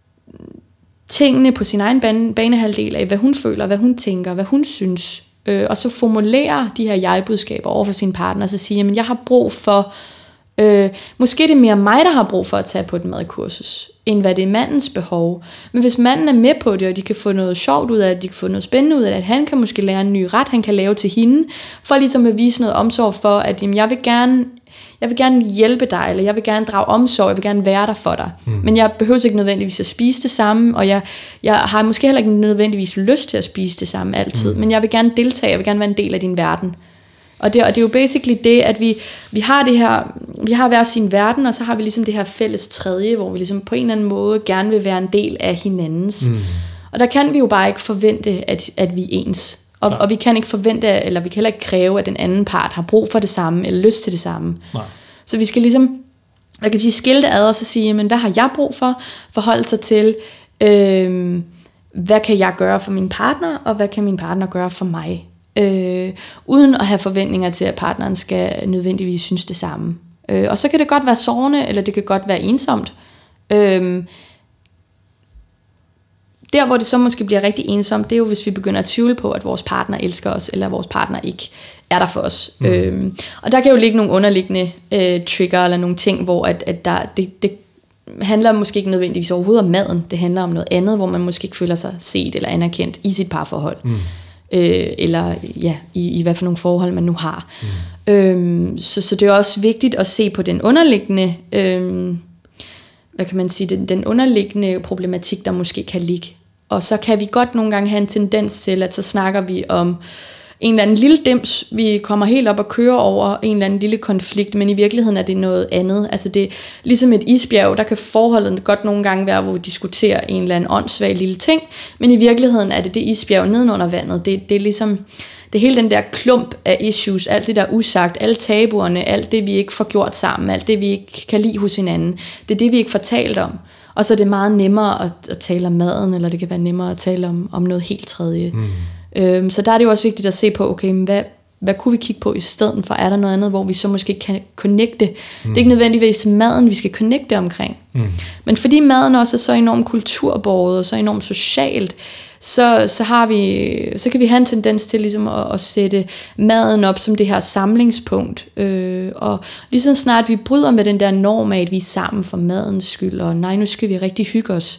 tingene på sin egen bane, banehalvdel af, hvad hun føler, hvad hun tænker, hvad hun synes, øh, og så formulere de her jeg-budskaber over for sin partner, og så sige, jamen jeg har brug for, øh, måske det er mere mig, der har brug for at tage på et madkursus, end hvad det er mandens behov. Men hvis manden er med på det, og de kan få noget sjovt ud af det, de kan få noget spændende ud af det, at han kan måske lære en ny ret, han kan lave til hende, for ligesom at vise noget omsorg for, at jamen, jeg vil gerne Jeg vil gerne hjælpe dig, eller jeg vil gerne drage omsorg, jeg vil gerne være der for dig. Mm. Men jeg behøver ikke nødvendigvis at spise det samme, og jeg, jeg har måske heller ikke nødvendigvis lyst til at spise det samme altid, mm. men jeg vil gerne deltage, jeg vil gerne være en del af din verden. Og det, og det er jo basically det, at vi, vi har det her, vi har hver sin verden, og så har vi ligesom det her fælles tredje, hvor vi ligesom på en eller anden måde gerne vil være en del af hinandens. Mm. Og der kan vi jo bare ikke forvente, at, at vi er ens. Og, og vi kan ikke forvente, eller vi kan heller ikke kræve, at den anden part har brug for det samme, eller lyst til det samme. Nej. Så vi skal ligesom, jeg kan sige, skille det ad, og så sige, men hvad har jeg brug for? Forholde sig til, øh, hvad kan jeg gøre for min partner, og hvad kan min partner gøre for mig? Øh, uden at have forventninger til, at partneren skal nødvendigvis synes det samme. Øh, og så kan det godt være sårende, eller det kan godt være ensomt. Øh, Der, hvor det så måske bliver rigtig ensomt, det er jo, hvis vi begynder at tvivle på, at vores partner elsker os, eller at vores partner ikke er der for os. Mm. Øhm, og der kan jo ligge nogle underliggende øh, trigger, eller nogle ting, hvor at, at der, det, det handler måske ikke nødvendigvis overhovedet om maden. Det handler om noget andet, hvor man måske ikke føler sig set eller anerkendt i sit parforhold. Mm. Øh, eller ja, i, i hvad for nogle forhold man nu har. Mm. Øhm, så, så det er også vigtigt at se på den underliggende, øhm, hvad kan man sige, den, den underliggende problematik, der måske kan ligge. Og så kan vi godt nogle gange have en tendens til, at så snakker vi om en eller anden lille dims, vi kommer helt op og kører over en eller anden lille konflikt, men i virkeligheden er det noget andet. Altså det er ligesom et isbjerg, der kan forholdet godt nogle gange være, hvor vi diskuterer en eller anden åndssvag lille ting, men i virkeligheden er det det isbjerg nedenunder vandet. Det, det er ligesom, det er hele den der klump af issues, alt det der usagt, alle tabuerne, alt det vi ikke får gjort sammen, alt det vi ikke kan lide hos hinanden, det er det vi ikke får talt om. Og så er det meget nemmere at, at tale om maden, eller det kan være nemmere at tale om, om noget helt tredje. Mm. Øhm, så der er det jo også vigtigt at se på, okay, men hvad, hvad kunne vi kigge på i stedet for? Er der noget andet, hvor vi så måske kan connecte? Mm. Det er ikke nødvendigvis maden, vi skal connecte omkring. Mm. Men fordi maden også er så enormt kulturbåret og så enormt socialt, så, så, har vi, så kan vi have en tendens til ligesom at, at sætte maden op som det her samlingspunkt. Øh, og lige så snart vi bryder med den der norm af, at vi er sammen for madens skyld, og nej, nu skal vi rigtig hygge os.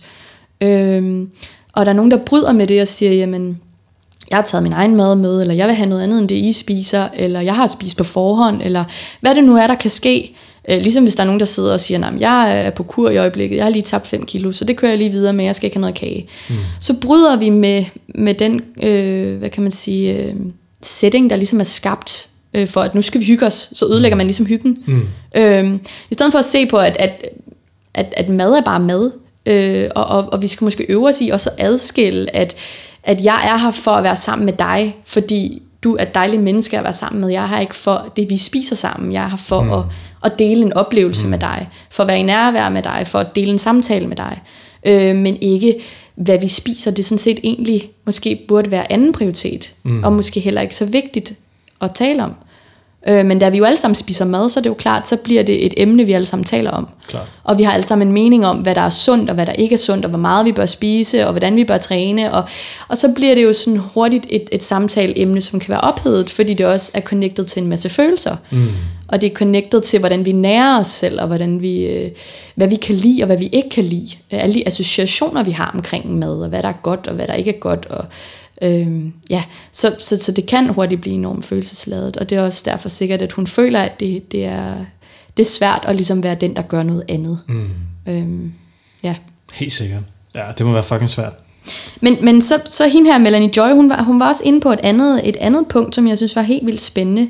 Øh, og der er nogen, der bryder med det og siger, jamen, jeg har taget min egen mad med, eller jeg vil have noget andet end det, I spiser, eller jeg har spist på forhånd, eller hvad det nu er, der kan ske. Øh, ligesom hvis der er nogen, der sidder og siger, nej, jeg er på kur i øjeblikket, jeg har lige tabt fem kilo, så det kører jeg lige videre med, jeg skal ikke have noget kage. Mm. Så bryder vi med, med den, øh, hvad kan man sige, øh, setting, der ligesom er skabt, øh, for at nu skal vi hygge os, så ødelægger man ligesom hyggen. Mm. Øh, I stedet for at se på, at, at, at, at mad er bare mad, øh, og, og, og vi skal måske øve os i også at adskille, at at jeg er her for at være sammen med dig, fordi du er et dejligt menneske at være sammen med. Jeg er her ikke for det, vi spiser sammen. Jeg er her for mm. at, at dele en oplevelse mm. med dig, for at være i nærvær med dig, for at dele en samtale med dig. Øh, men ikke, hvad vi spiser. Det er sådan set egentlig måske burde være anden prioritet, mm. og måske heller ikke så vigtigt at tale om. Øh, men da vi jo alle sammen spiser mad, så er det jo klart, så bliver det et emne, vi alle sammen taler om. Klar. Og vi har alle sammen en mening om, hvad der er sundt, og hvad der ikke er sundt, og hvor meget vi bør spise, og hvordan vi bør træne. Og, og så bliver det jo sådan hurtigt et, et samtaleemne, som kan være ophedet, fordi det også er connected til en masse følelser. Mm. Og det er connected til, hvordan vi nærer os selv, og hvordan vi, øh, hvad vi kan lide, og hvad vi ikke kan lide. Alle de associationer, vi har omkring mad, og hvad der er godt, og hvad der ikke er godt, og Øhm, ja, så, så, så det kan hurtigt blive enormt følelsesladet, og det er også derfor sikkert, at hun føler, at det, det, er, det er svært at ligesom være den, der gør noget andet. Mm. Øhm, ja. Helt sikkert. Ja, det må være fucking svært. Men, men så, så hende her, Melanie Joy, hun var, hun var også inde på et andet, et andet punkt, som jeg synes var helt vildt spændende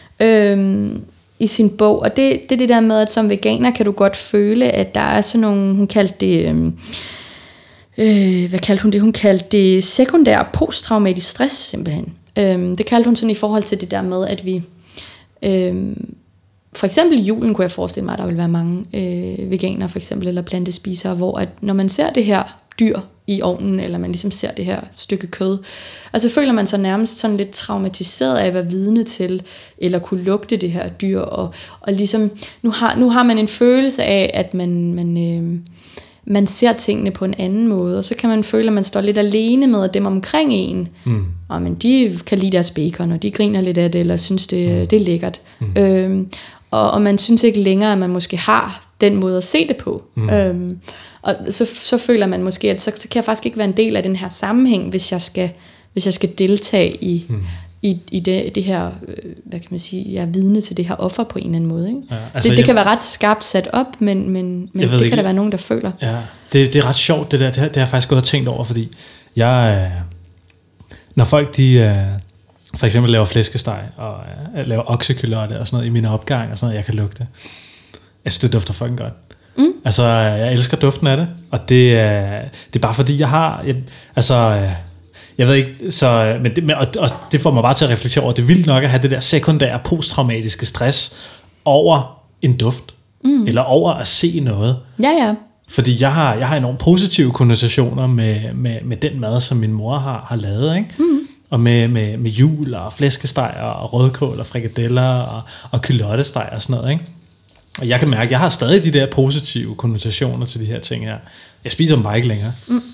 øhm, i sin bog, og det, det er det der med, at som veganer kan du godt føle, at der er sådan nogle, hun kaldte det øhm, Øh, hvad kaldte hun det? Hun kaldte det sekundær posttraumatisk stress, simpelthen. Øhm, det kaldte hun sådan i forhold til det der med, at vi øhm, for eksempel i julen kunne jeg forestille mig, at der vil være mange øh, veganer for eksempel, eller plantespisere, hvor at når man ser det her dyr i ovnen, eller man ligesom ser det her stykke kød, altså føler man sig nærmest sådan lidt traumatiseret af at være vidne til, eller kunne lugte det her dyr, og, og ligesom, nu har, nu har man en følelse af, at man, man øh, man ser tingene på en anden måde, og så kan man føle, at man står lidt alene med dem omkring en. Mm. Og men de kan lide deres bacon, og de griner lidt af det, eller synes, det, mm. det er lækkert. Mm. Øhm, og, og man synes ikke længere, at man måske har den måde at se det på. Mm. Øhm, og så, så føler man måske, at så, så kan jeg faktisk ikke være en del af den her sammenhæng, hvis jeg skal, hvis jeg skal deltage i, mm. i, i det, det her, hvad kan man sige, jeg er vidne til det her offer på en eller anden måde. Ikke? Ja, altså det, det jeg, kan være ret skarpt sat op, men, men, men det ikke. Kan der være nogen, der føler. Ja, det, det er ret sjovt, det der. Det har, det har jeg faktisk gået og tænkt over, fordi jeg, når folk de for eksempel laver flæskesteg og laver oksekylotte og sådan noget i mine opgang og sådan noget, jeg kan lugte. Jeg synes, det dufter fucking godt. Mm. Altså, jeg elsker duften af det, og det, det er bare fordi, jeg har, jeg, altså, jeg ved ikke, så, men det, og, og det får mig bare til at reflektere over, det er vildt nok at have det der sekundære posttraumatiske stress over en duft, mm. eller over at se noget. Ja, ja. Fordi jeg har, jeg har enormt positive konnotationer med, med, med den mad, som min mor har, har lavet, ikke? Mm. Og med, med, med jul og flæskesteg og rødkål og frikadeller og, og kylottesteg og sådan noget, ikke? Og jeg kan mærke, at jeg har stadig de der positive konnotationer til de her ting her. Jeg spiser dem bare ikke længere. Mm.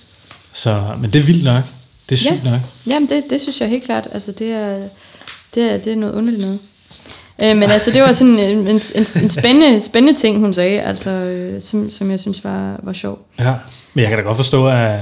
Så, men det er vildt nok. Det er sygt ja. nok. Jamen, det, det synes jeg helt klart. Altså, det er, det er, det er noget underligt noget. Øh, men altså, det var sådan en, en, en, en spændende, spændende ting, hun sagde, altså, øh, som, som jeg synes var, var sjov. Ja, men jeg kan da godt forstå, at,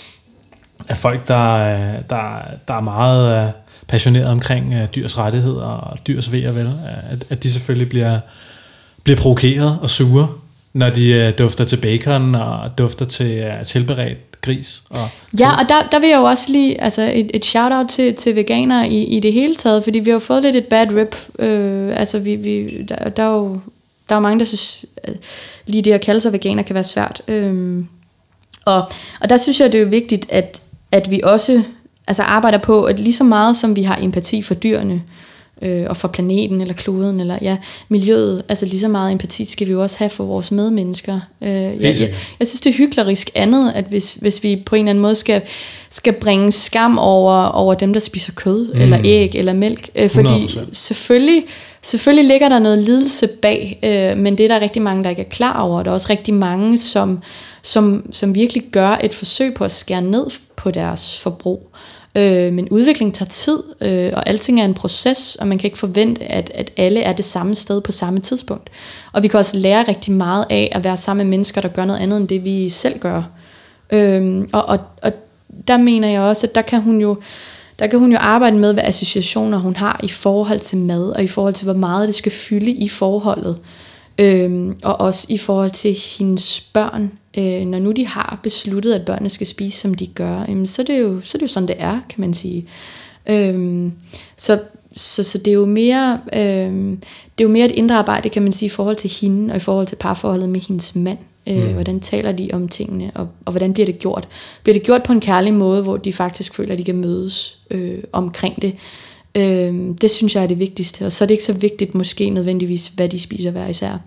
at folk, der, der, der er meget passioneret omkring dyrs rettigheder og dyrs ve og vel, at, at de selvfølgelig bliver, bliver provokeret og sure, når de dufter til bacon og dufter til tilberedt gris. Og ja, og der, der vil jeg jo også lige altså et, et shout-out til, til veganere i, i det hele taget, fordi vi har jo fået lidt et bad rep. Øh, altså, vi, vi, der, der, er jo, der er jo mange, der synes, at lige det at kalde sig veganer kan være svært. Øh, og, og der synes jeg, det er jo vigtigt, at, at vi også altså arbejder på, at lige så meget som vi har empati for dyrene, øh, og for planeten, eller kloden, eller ja, miljøet, altså lige så meget empati skal vi jo også have for vores medmennesker. Øh, jeg, jeg, jeg synes, det er hyklerisk andet, at hvis, hvis vi på en eller anden måde skal, skal bringe skam over, over dem, der spiser kød, mm. eller æg, eller mælk, øh, fordi selvfølgelig, selvfølgelig ligger der noget lidelse bag, øh, men det er der rigtig mange, der ikke er klar over. Der er også rigtig mange, som, som, som virkelig gør et forsøg på at skære ned på deres forbrug. Øh, men udvikling tager tid, øh, og alting er en proces, og man kan ikke forvente, at, at alle er det samme sted på samme tidspunkt. Og vi kan også lære rigtig meget af at være sammen med mennesker, der gør noget andet end det, vi selv gør. Øh, og, og, og der mener jeg også, at der kan hun jo der kan hun jo arbejde med, hvad associationer hun har i forhold til mad, og i forhold til, hvor meget det skal fylde i forholdet. Øhm, og også i forhold til hendes børn. Øh, når nu de har besluttet, at børnene skal spise, som de gør, jamen, så, er det jo, så er det jo sådan, det er, kan man sige. Øhm, så, så, så det er jo mere øhm, det er jo mere et indre arbejde, kan man sige, i forhold til hende, og i forhold til parforholdet med hendes mand. Øh, mm. Hvordan taler de om tingene, og, og hvordan bliver det gjort? Bliver det gjort på en kærlig måde, hvor de faktisk føler, at de kan mødes øh, omkring det? Øh, det synes jeg er det vigtigste. Og så er det ikke så vigtigt måske nødvendigvis, hvad de spiser hver især.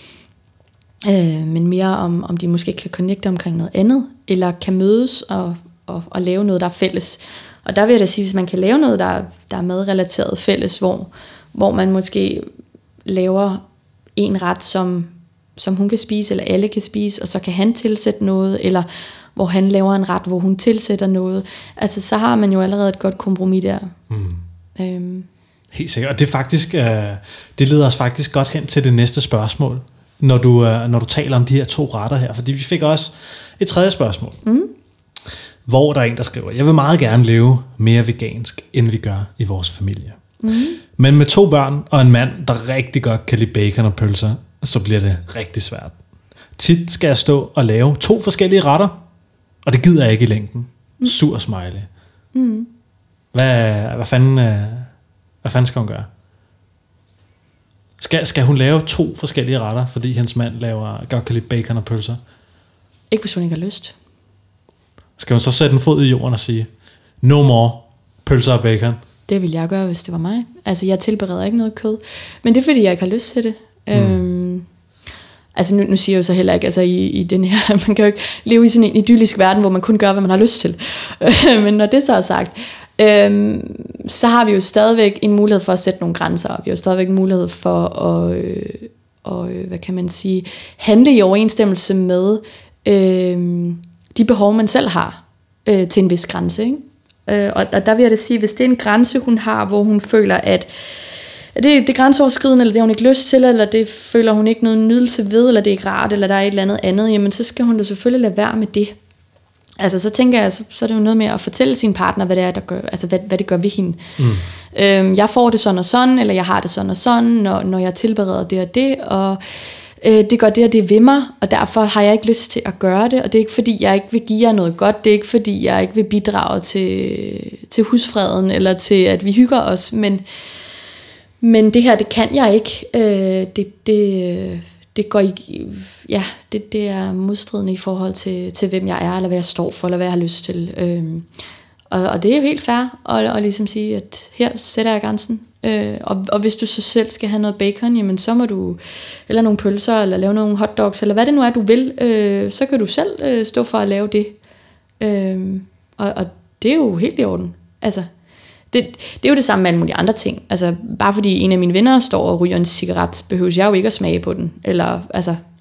Øh, men mere om, om de måske kan connecte omkring noget andet, eller kan mødes og, og, og lave noget, der er fælles. Og der vil jeg da sige, hvis man kan lave noget, der, der er madrelateret fælles, hvor, hvor man måske laver en ret, som, som hun kan spise, eller alle kan spise, og så kan han tilsætte noget, eller hvor han laver en ret, hvor hun tilsætter noget. Altså, så har man jo allerede et godt kompromis der. Mm. Øhm. Helt sikkert. Og det er faktisk, øh, det leder os faktisk godt hen til det næste spørgsmål, når du, øh, når du taler om de her to retter her. Fordi vi fik også et tredje spørgsmål, mm. hvor der er en, der skriver, jeg vil meget gerne leve mere vegansk, end vi gør i vores familie. Mm. Men med to børn og en mand, der rigtig godt kan lide bacon og pølser, så bliver det rigtig svært. Tit skal jeg stå og lave to forskellige retter, og det gider jeg ikke i længden. Mm. Sur smiley. Mm. Hvad, hvad, fanden, hvad fanden skal hun gøre? Skal, skal hun lave to forskellige retter, fordi hendes mand laver godt kan lide bacon og pølser? Ikke hvis hun ikke har lyst. Skal hun så sætte en fod i jorden og sige, no more pølser og bacon? Det ville jeg gøre, hvis det var mig. Altså, jeg tilbereder ikke noget kød. Men det er, fordi jeg ikke har lyst til det. Mm. Øhm, altså, nu, nu siger jeg jo så heller ikke, altså i, i den her, man kan jo ikke leve i sådan en idyllisk verden, hvor man kun gør, hvad man har lyst til. Men når det så er sagt, øhm, så har vi jo stadigvæk en mulighed for at sætte nogle grænser. Vi har jo stadigvæk en mulighed for at, øh, og, øh, hvad kan man sige, handle i overensstemmelse med øh, de behov, man selv har øh, til en vis grænse, ikke? Øh, og, og der vil jeg da sige, hvis det er en grænse, hun har, hvor hun føler, at, at det, det er grænseoverskridende, eller det har hun ikke lyst til, eller det føler hun ikke noget nydelse ved, eller det er ikke rart, eller der er et eller andet andet, jamen så skal hun da selvfølgelig lade være med det. Altså så tænker jeg, så, så er det jo noget med at fortælle sin partner, hvad det er, der gør, altså hvad, hvad det gør ved hende. Mm. Øhm, jeg får det sådan og sådan, eller jeg har det sådan og sådan, når, når jeg tilbereder det og det, og øh, det gør det og det ved mig, og derfor har jeg ikke lyst til at gøre det, og det er ikke fordi, jeg ikke vil give jer noget godt, det er ikke fordi, jeg ikke vil bidrage til, til husfreden, eller til at vi hygger os, men, men det her, det kan jeg ikke. Øh, det, det, det går ikke, ja, det, det er modstridende i forhold til, til, hvem jeg er, eller hvad jeg står for, eller hvad jeg har lyst til. Øh, og, og det er jo helt fair, at, at ligesom sige, at her sætter jeg grænsen. Øh, og, og hvis du så selv skal have noget bacon, jamen så må du, eller nogle pølser, eller lave nogle hotdogs, eller hvad det nu er, du vil, øh, så kan du selv øh, stå for at lave det. Øh, og, og det er jo helt i orden. Altså, det, det er jo det samme med alle mulige andre ting. Altså, bare fordi en af mine venner står og ryger en cigaret, behøver jeg jo ikke at smage på den. Eller, altså,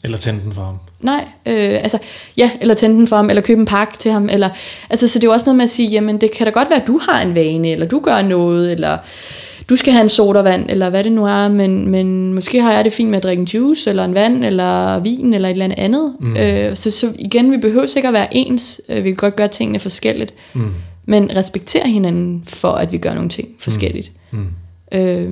Eller tænde den for ham. Nej, øh, altså, ja, eller tænde den for ham, eller købe en pakke til ham, eller, altså, så det er jo også noget med at sige, jamen, det kan da godt være, at du har en vane, eller du gør noget, eller du skal have en sodavand, eller hvad det nu er, men, men måske har jeg det fint med at drikke en juice, eller en vand, eller vin, eller et eller andet andet. Mm. Øh, så, så igen, vi behøver sikkert at være ens, vi kan godt gøre tingene forskelligt, mm. men respektere hinanden for, at vi gør nogle ting forskelligt. Mm. Mm. Øh,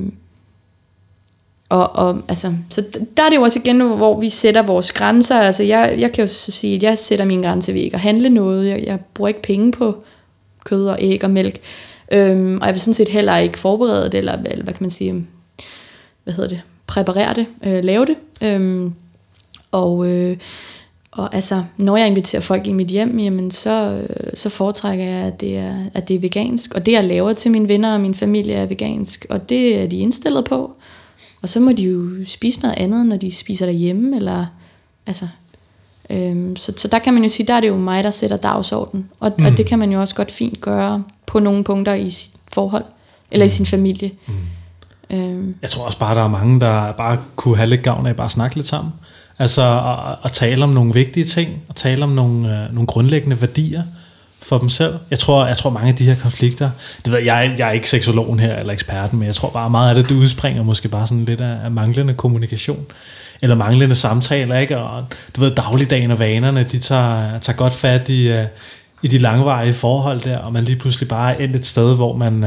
Og, og altså, så der er det jo også igen, hvor vi sætter vores grænser. Altså jeg, jeg kan jo så sige, at jeg sætter mine grænser ved ikke at handle noget. Jeg, jeg bruger ikke penge på kød og æg og mælk. Øhm, og jeg vil sådan set heller ikke forberede det, eller, eller hvad kan man sige, hvad hedder det, præparere det, øh, lave det. Øhm, og, øh, og altså, når jeg inviterer folk i mit hjem, jamen så, øh, så foretrækker jeg, at det, er, at det er vegansk. Og det jeg laver til mine venner og min familie er vegansk. Og det er de indstillet på. Og så må de jo spise noget andet, når de spiser derhjemme, eller, altså, øhm, så, så der kan man jo sige, der er det jo mig, der sætter dagsordenen, og, mm. og det kan man jo også godt fint gøre på nogle punkter i sit forhold, eller mm. i sin familie. Mm. Øhm. Jeg tror også bare, der er mange, der bare kunne have lidt gavn af bare at snakke lidt sammen, altså at, at tale om nogle vigtige ting, og tale om nogle, øh, nogle grundlæggende værdier for dem selv. Jeg tror, jeg tror mange af de her konflikter, det ved jeg, jeg er ikke seksologen her, eller eksperten, men jeg tror bare meget af det, det udspringer måske bare sådan lidt af, af manglende kommunikation, eller manglende samtaler, ikke? Og du ved, dagligdagen og vanerne, de tager, tager godt fat i, uh, i de langvarige forhold der, og man lige pludselig bare er endt et sted, hvor man uh,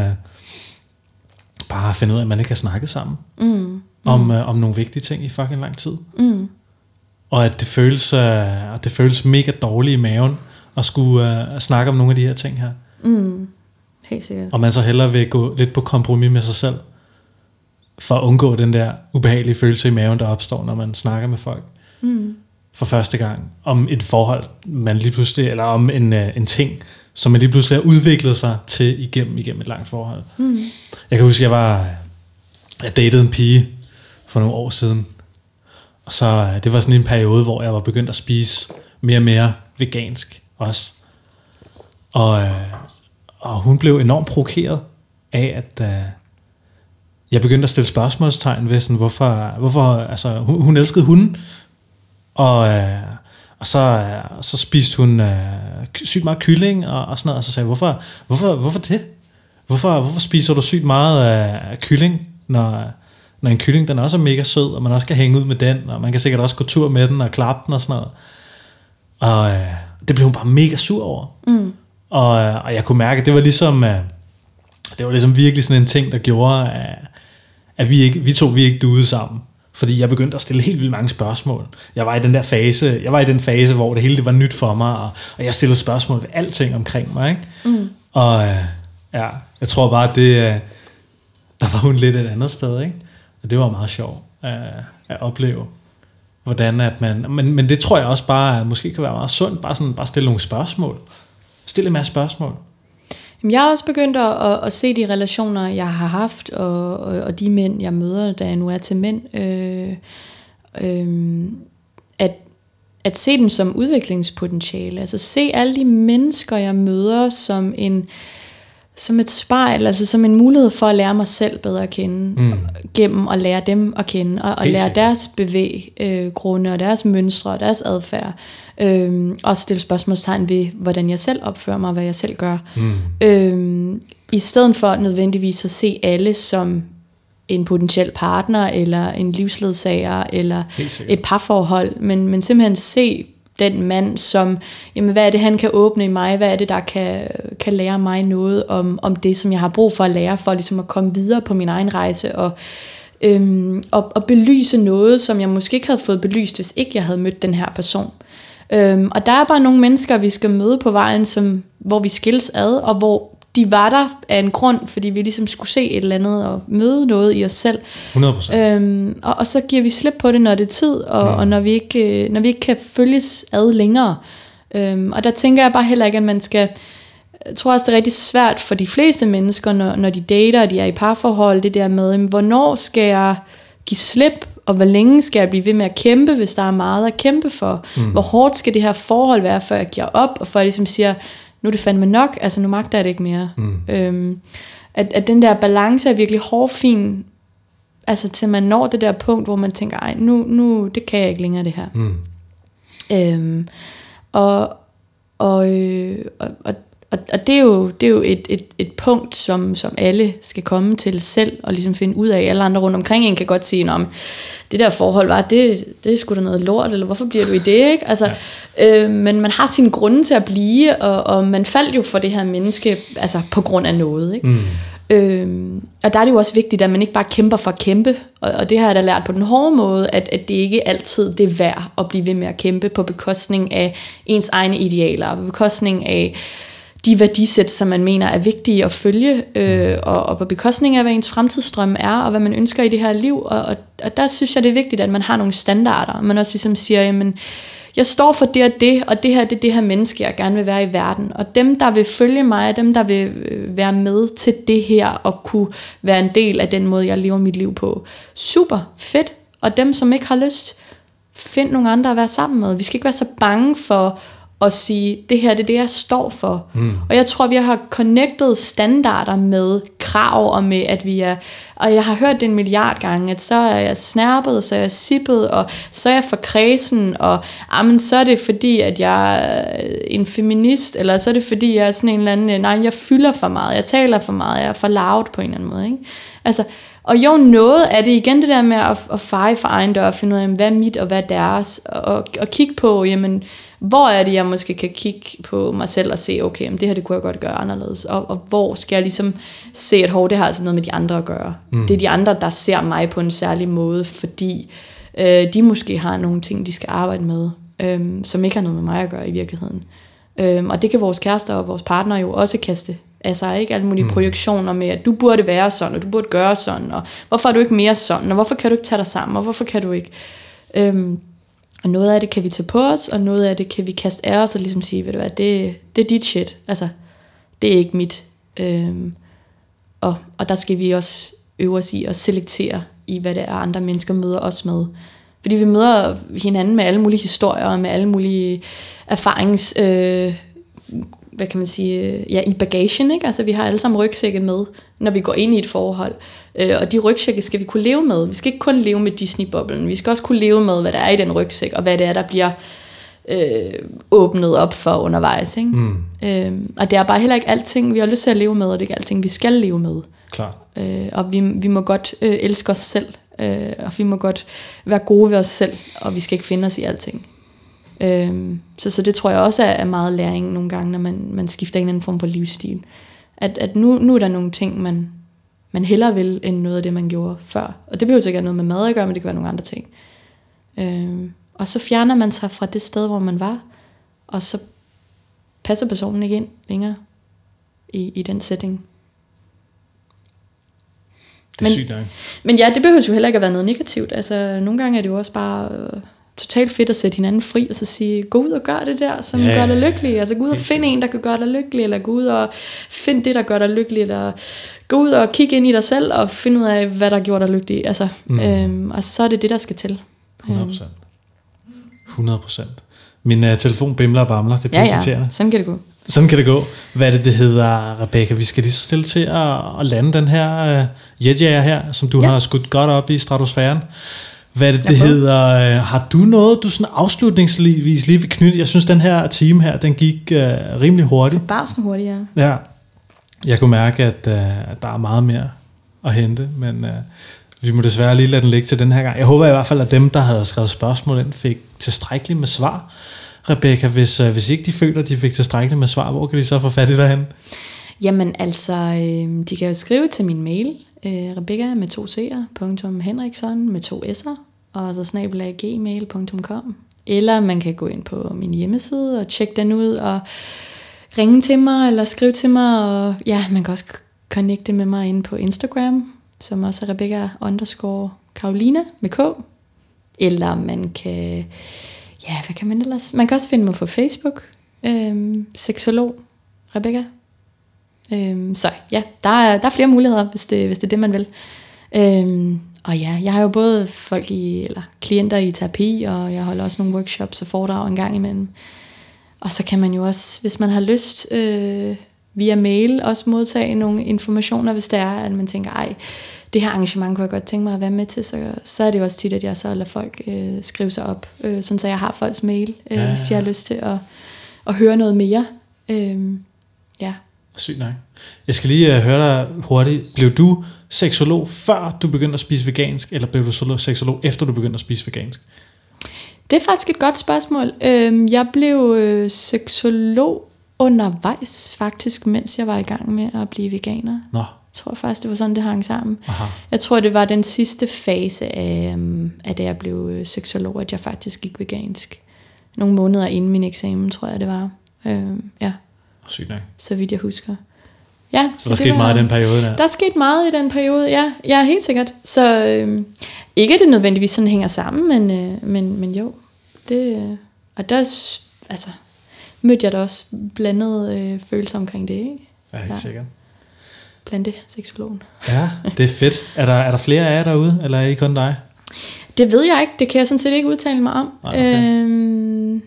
bare finder ud af, at man ikke kan snakke sammen mm. Mm. Om, uh, om nogle vigtige ting i fucking lang tid. Mm. Og at det føles, uh, at det føles mega dårligt i maven, og skulle uh, snakke om nogle af de her ting her. Mm, helt sikkert. Og man så hellere vil gå lidt på kompromis med sig selv, for at undgå den der ubehagelige følelse i maven, der opstår, når man snakker med folk. Mm. For første gang. Om et forhold, man lige pludselig, eller om en, uh, en ting, som man lige pludselig har udviklet sig til igennem, igennem et langt forhold. Mm. Jeg kan huske, jeg var, jeg datede en pige for nogle år siden. Og så, uh, det var sådan en periode, hvor jeg var begyndt at spise mere og mere vegansk også. Og, øh, og hun blev enormt provokeret af, at øh, jeg begyndte at stille spørgsmålstegn ved, sådan, hvorfor, hvorfor altså, hun, hun elskede hunden, og, øh, og så, øh, så spiste hun øh, sygt meget kylling, og, og sådan noget, og så sagde jeg, hvorfor, hvorfor, hvorfor det? Hvorfor, hvorfor spiser du sygt meget øh, kylling, når, når en kylling, den også er mega sød, og man også kan hænge ud med den, og man kan sikkert også gå tur med den, og klappe den og sådan noget. Og øh, det blev hun bare mega sur over. Mm. Og, og jeg kunne mærke, at det var ligesom, øh, det var ligesom virkelig sådan en ting, der gjorde, at, at vi, ikke, vi to vi ikke duede sammen. Fordi jeg begyndte at stille helt vildt mange spørgsmål. Jeg var i den der fase, jeg var i den fase, hvor det hele det var nyt for mig, og, og jeg stillede spørgsmål ved alting omkring mig. Ikke? Mm. Og øh, ja, jeg tror bare, at det, øh, der var hun lidt et andet sted. Ikke? Og det var meget sjovt øh, at opleve. Hvordan at man, men, men det tror jeg også bare, at måske kan være meget sundt, bare, sådan, bare stille nogle spørgsmål. Stille en masse spørgsmål. Jamen, jeg har også begyndt at, at se de relationer, jeg har haft, og, og, og de mænd, jeg møder, da jeg nu er til mænd, øh, øh, at, at se dem som udviklingspotentiale. Altså se alle de mennesker, jeg møder, som en som et spejl, altså som en mulighed for at lære mig selv bedre at kende, mm. gennem at lære dem at kende, og, og lære deres bevæggrunde, og deres mønstre, og deres adfærd, øhm, og stille spørgsmålstegn ved, hvordan jeg selv opfører mig, hvad jeg selv gør. Mm. Øhm, I stedet for nødvendigvis at se alle som en potentiel partner, eller en livsledsager, eller et parforhold, men, men simpelthen se den mand som, jamen hvad er det, han kan åbne i mig, hvad er det, der kan, kan lære mig noget om, om det, som jeg har brug for at lære, for ligesom at komme videre på min egen rejse, og, øhm, og, og belyse noget, som jeg måske ikke havde fået belyst, hvis ikke jeg havde mødt den her person. Øhm, og der er bare nogle mennesker, vi skal møde på vejen, som, hvor vi skilles ad, og hvor de var der af en grund, fordi vi ligesom skulle se et eller andet og møde noget i os selv. hundrede procent. Øhm, og, og så giver vi slip på det, når det er tid, og, mm. og når, vi ikke, når vi ikke kan følges ad længere. Øhm, og der tænker jeg bare heller ikke, at man skal... Jeg tror også, det er rigtig svært for de fleste mennesker, når, når de dater, og de er i parforhold, det der med, jamen, hvornår skal jeg give slip, og hvor længe skal jeg blive ved med at kæmpe, hvis der er meget at kæmpe for? Mm. Hvor hårdt skal det her forhold være, før jeg giver op, og før jeg ligesom siger... nu er det fandme nok, altså nu magter jeg det ikke mere. Mm. Øhm, at, at den der balance er virkelig hårfin, Altså til man når det der punkt, hvor man tænker, ej, nu, nu det kan jeg ikke længere det her. Mm. Øhm, og, og, øh, og, og, og det er jo, det er jo et, et, et punkt, som, som alle skal komme til selv, og ligesom finde ud af. Alle andre rundt omkring en kan godt sige, om det der forhold var, det, det er sgu da noget lort, eller hvorfor bliver du i det, ikke? Altså, ja. øh, men man har sine grunde til at blive, og, og man faldt jo for det her menneske, altså på grund af noget, ikke? Mm. Øhm, og der er det jo også vigtigt, at man ikke bare kæmper for at kæmpe, og, og det har jeg da lært på den hårde måde, at, at det ikke altid det er værd at blive ved med at kæmpe på bekostning af ens egne idealer, på bekostning af de værdisæt, som man mener er vigtige at følge, øh, og, og på bekostning af, hvad ens fremtidsdrøm er, og hvad man ønsker i det her liv, og, og, og der synes jeg, det er vigtigt, at man har nogle standarder, man også ligesom siger, jamen, jeg står for det og det, og det her det er det her menneske, jeg gerne vil være i verden. Og dem, der vil følge mig, og dem, der vil være med til det her, og kunne være en del af den måde, jeg lever mit liv på. Super fedt. Og dem, som ikke har lyst, find nogle andre at være sammen med. Vi skal ikke være så bange for at sige, det her det er det, jeg står for. Mm. Og jeg tror, vi har connected standarder med krav, og med, at vi er, og jeg har hørt det en milliard gange, at så er jeg snærpet, så er jeg sippet, og så er jeg for kredsen, og amen, så er det fordi, at jeg er en feminist, eller så er det fordi, jeg er sådan en eller anden, nej, jeg fylder for meget, jeg taler for meget, jeg er for loud på en eller anden måde, ikke? Altså, og jo, noget er det igen det der med at, at feje for egen dør, og finde ud af, hvad er mit, og hvad er deres, og, og kigge på, jamen, hvor er det, jeg måske kan kigge på mig selv og se, okay, det her det kunne jeg godt gøre anderledes, og, og hvor skal jeg ligesom se, at hov, det har altså noget med de andre at gøre. Mm. Det er de andre, der ser mig på en særlig måde, fordi øh, de måske har nogle ting, de skal arbejde med, øh, som ikke har noget med mig at gøre i virkeligheden. Øh, og det kan vores kærester og vores partner jo også kaste af sig, ikke? Alle mulige mm. projektioner med, at du burde være sådan, og du burde gøre sådan, og hvorfor er du ikke mere sådan, og hvorfor kan du ikke tage dig sammen, og hvorfor kan du ikke... Øh, Og noget af det kan vi tage på os, og noget af det kan vi kaste af os og ligesom sige, ved du hvad, det, det er dit shit. Altså, det er ikke mit. Øhm, og, og der skal vi også øve os i at selektere i, hvad det er, andre mennesker møder os med. Fordi vi møder hinanden med alle mulige historier, og med alle mulige erfarings... Øh, hvad kan man sige, ja, i bagagen, ikke? Altså vi har alle sammen rygsække med, når vi går ind i et forhold, øh, og de rygsække skal vi kunne leve med. Vi skal ikke kun leve med Disney-boblen, vi skal også kunne leve med, hvad der er i den rygsæk, og hvad det er, der bliver øh, åbnet op for undervejs, ikke? Mm. Øh, og det er bare heller ikke alting, vi har lyst til at leve med, og det er ikke alting, vi skal leve med. Klart. Øh, og vi, vi må godt øh, elske os selv, øh, og vi må godt være gode ved os selv, og vi skal ikke finde os i alting. Øhm, så, så det tror jeg også er, er meget læring nogle gange, når man, man skifter en anden form for livsstil. At, at nu, nu er der nogle ting, man, man hellere vil, end noget af det, man gjorde før. Og det behøver så ikke have noget med mad at gøre, men det kan være nogle andre ting. Øhm, og så fjerner man sig fra det sted, hvor man var, og så passer personen ikke ind længere i, i den setting. Det er men, sygt nok. Men ja, det behøver jo heller ikke at være noget negativt. Altså, nogle gange er det jo også bare... Øh, totalt fedt at sætte hinanden fri, og så sige, gå ud og gør det der, som yeah. gør dig lykkelig. Altså gå ud og finde en, der kan gøre dig lykkelig, eller gå ud og finde det, der gør dig lykkelig, eller gå ud og kigge ind i dig selv, og finde ud af, hvad der gjorde dig lykkelig. Altså, mm. øhm, og så er det det, der skal til. hundrede procent. hundrede procent. Min uh, telefon bimler og bamler, det er ja, ja, sådan kan det gå. Sådan kan det gå. Hvad er det, det hedder, Rebecca? Vi skal lige så stille til at, at lande den her uh, jetjager her, som du ja. har skudt godt op i stratosfæren. Hvad det, det hedder? Har du noget, du sådan afslutningsvis lige vil knytte? Jeg synes, den her time her, den gik uh, rimelig hurtigt. Forbavsende hurtigt, ja. Ja. Jeg kunne mærke, at, uh, at der er meget mere at hente, men uh, vi må desværre lige lade den ligge til den her gang. Jeg håber i hvert fald, at dem, der havde skrevet spørgsmål ind, fik tilstrækkeligt med svar. Rebecca, hvis, uh, hvis ikke de føler, at de fik tilstrækkeligt med svar, hvor kan de så få fat i derhen? Jamen altså, øh, de kan jo skrive til min mail, Rebecca med to c'er, punktum Henriksson med to s'er, og så snabelag gmail punktum com. Eller man kan gå ind på min hjemmeside og tjekke den ud og ringe til mig eller skrive til mig, og ja, man kan også connecte med mig inde på Instagram, som også er Rebecca underscore Karolina med K. Eller man kan, ja, hvad kan man ellers? Man kan også finde mig på Facebook, øhm, seksolog Rebecca. Øhm, så ja, der er, der er flere muligheder, hvis det, hvis det er det, man vil. Øhm, og ja, jeg har jo både folk i, eller klienter i terapi, og jeg holder også nogle workshops og foredrag en gang imellem. Og så kan man jo også, hvis man har lyst, øh, via mail også modtage nogle informationer, hvis det er, at man tænker, ej, det her arrangement kunne jeg godt tænke mig at være med til, så, så er det jo også tit, at jeg så lader folk øh, skrive sig op, øh, sådan så jeg har folks mail, øh, ja, ja, ja. hvis de har lyst til at, at høre noget mere. Øh, ja. Sygt nok. Jeg skal lige uh, høre dig hurtigt. Blev du seksolog før du begyndte at spise vegansk, eller blev du seksolog efter du begyndte at spise vegansk? Det er faktisk et godt spørgsmål. Øh, jeg blev øh, seksolog undervejs faktisk, mens jeg var i gang med at blive veganer. Nå. Jeg tror faktisk, det var sådan, det hang sammen. Aha. Jeg tror, det var den sidste fase af, um, af da jeg blev seksolog, at jeg faktisk gik vegansk. Nogle måneder inden min eksamen, tror jeg, det var. Øh, ja. Sygt nok. Så vidt jeg husker. Ja, så, så der skete var, meget i den periode der? Der er sket meget i den periode, ja. Ja, helt sikkert. Så øh, ikke at det nødvendigvis sådan hænger sammen, men, øh, men, men jo. Det, øh, og der altså, mødte jeg da også blandede øh, følelser omkring det, ikke? Ja, helt ja. sikkert. Planteseksologen. Ja, det er fedt. Er der, er der flere af jer derude, eller er I kun dig? Det ved jeg ikke. Det kan jeg sådan set ikke udtale mig om. Nej, okay. øhm,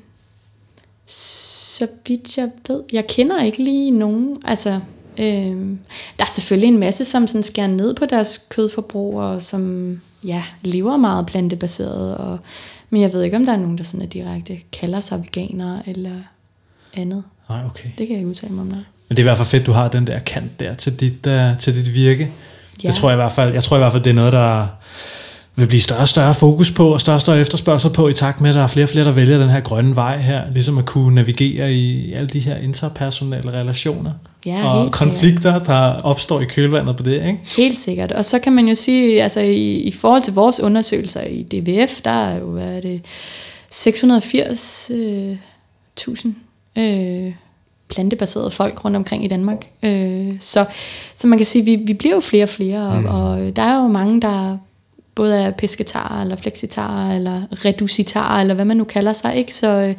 så vidt jeg ved. Jeg kender ikke lige nogen. Altså, øhm, der er selvfølgelig en masse, som sådan skærer ned på deres kødforbrug, og som ja, lever meget plantebaseret. Og, men jeg ved ikke, om der er nogen, der sådan er direkte kalder sig veganer eller andet. Nej, okay. Det kan jeg ikke udtale mig om. Nej. Men det er i hvert fald fedt, du har den der kant der til dit, uh, til dit virke. Ja. Det tror jeg i hvert fald. Jeg tror i hvert fald, det er noget, der vil blive større og større fokus på, og større og større efterspørgsel på, i takt med, at der er flere og flere, der vælger den her grønne vej her, ligesom at kunne navigere i alle de her interpersonelle relationer. Ja, og konflikter, sikkert. Der opstår i kølvandet på det, ikke? Helt sikkert. Og så kan man jo sige, altså i, i forhold til vores undersøgelser i D V F, der er jo, hvad er det, seks hundrede og firs tusind øh, plantebaserede folk rundt omkring i Danmark. Øh, så, så man kan sige, vi, vi bliver jo flere og flere, mm. og, og der er jo mange, der både er pesketarer, eller fleksitarer, eller reducitarer, eller hvad man nu kalder sig, ikke? Så,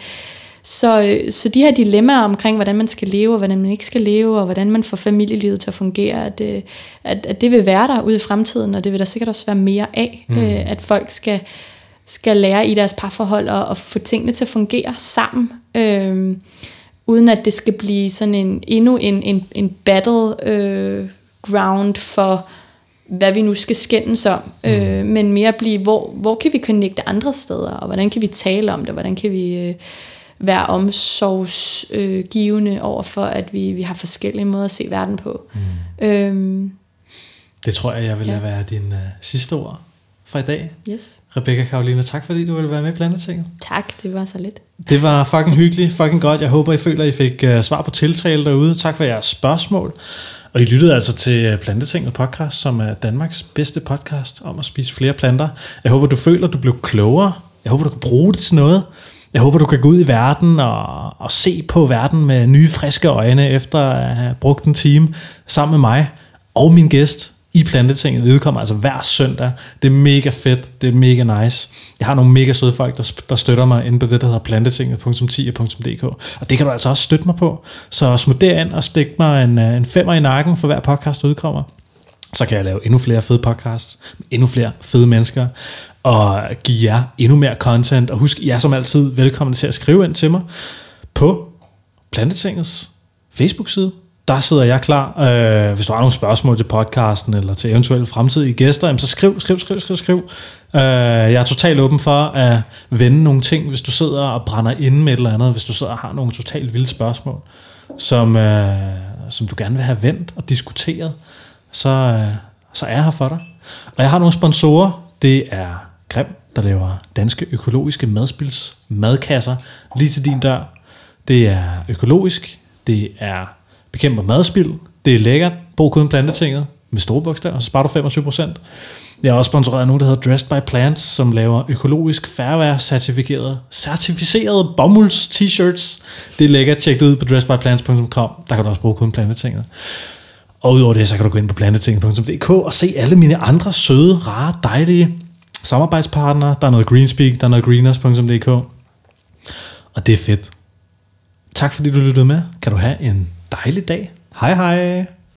så, så de her dilemmaer omkring, hvordan man skal leve, og hvordan man ikke skal leve, og hvordan man får familielivet til at fungere, at, at, at det vil være der ude i fremtiden, og det vil der sikkert også være mere af, mm. at folk skal, skal lære i deres parforhold, og, og få tingene til at fungere sammen, øh, uden at det skal blive sådan en, endnu en, en, en battle øh, ground for, hvad vi nu skal skændes om, mm. øh, men mere blive, hvor, hvor kan vi connecte andre steder, og hvordan kan vi tale om det, hvordan kan vi øh, være omsorgsgivende øh, over for, at vi, vi har forskellige måder at se verden på. Mm. Øhm, det tror jeg, jeg vil ja. lade være din uh, sidste ord for i dag. Yes. Rebecca Caroline, tak fordi du ville være med i Plantetinget. Tak, det var så lidt. Det var fucking hyggeligt, fucking godt. Jeg håber, I føler, I fik uh, svar på tiltale derude. Tak for jeres spørgsmål. Og I lyttede altså til Plantetinget podcast, som er Danmarks bedste podcast om at spise flere planter. Jeg håber, du føler, du blev klogere. Jeg håber, du kan bruge det til noget. Jeg håber, du kan gå ud i verden og, og se på verden med nye, friske øjne, efter at have brugt en time sammen med mig og min gæst i Plantetinget. Det udkommer altså hver søndag. Det er mega fedt. Det er mega nice. Jeg har nogle mega søde folk, der, der støtter mig inde på det, der hedder plantetinget punktum ti punktum d k. Og det kan du altså også støtte mig på. Så smut derind og stik mig en, en femmer i nakken for hver podcast, der udkommer. Så kan jeg lave endnu flere fede podcasts, endnu flere fede mennesker, og give jer endnu mere content. Og husk, I er som altid velkommen til at skrive ind til mig på Plantetingets Facebook-side. Der sidder jeg klar. Øh, hvis du har nogle spørgsmål til podcasten, eller til eventuelle fremtidige gæster, så skriv, skriv, skriv, skriv, skriv. Øh, jeg er totalt åben for at vende nogle ting, hvis du sidder og brænder inde med et eller andet, hvis du sidder og har nogle totalt vilde spørgsmål, som, øh, som du gerne vil have vendt og diskuteret, så, øh, så er jeg her for dig. Og jeg har nogle sponsorer. Det er Grim, der laver danske økologiske madspils madkasser lige til din dør. Det er økologisk. Det er bekæmper madspild. Det er lækkert. Brug koden Plantetinget med store bogstaver, så sparer du femogtyve procent. Jeg er også sponsoreret af nogen, der hedder Dressed by Plants, som laver økologisk fairware-certificerede certificerede bomulds-t-shirts. Det er lækkert. Tjek det ud på dressed by plants punktum com. Der kan du også bruge koden Plantetinget. Og udover det, så kan du gå ind på plantetinget punktum d k og se alle mine andre søde, rare, dejlige samarbejdspartnere. Der er noget Greenspeak, der er noget greeners punktum d k. Og det er fedt. Tak fordi du lyttede med. Kan du have en dejlig dag. Hej hej.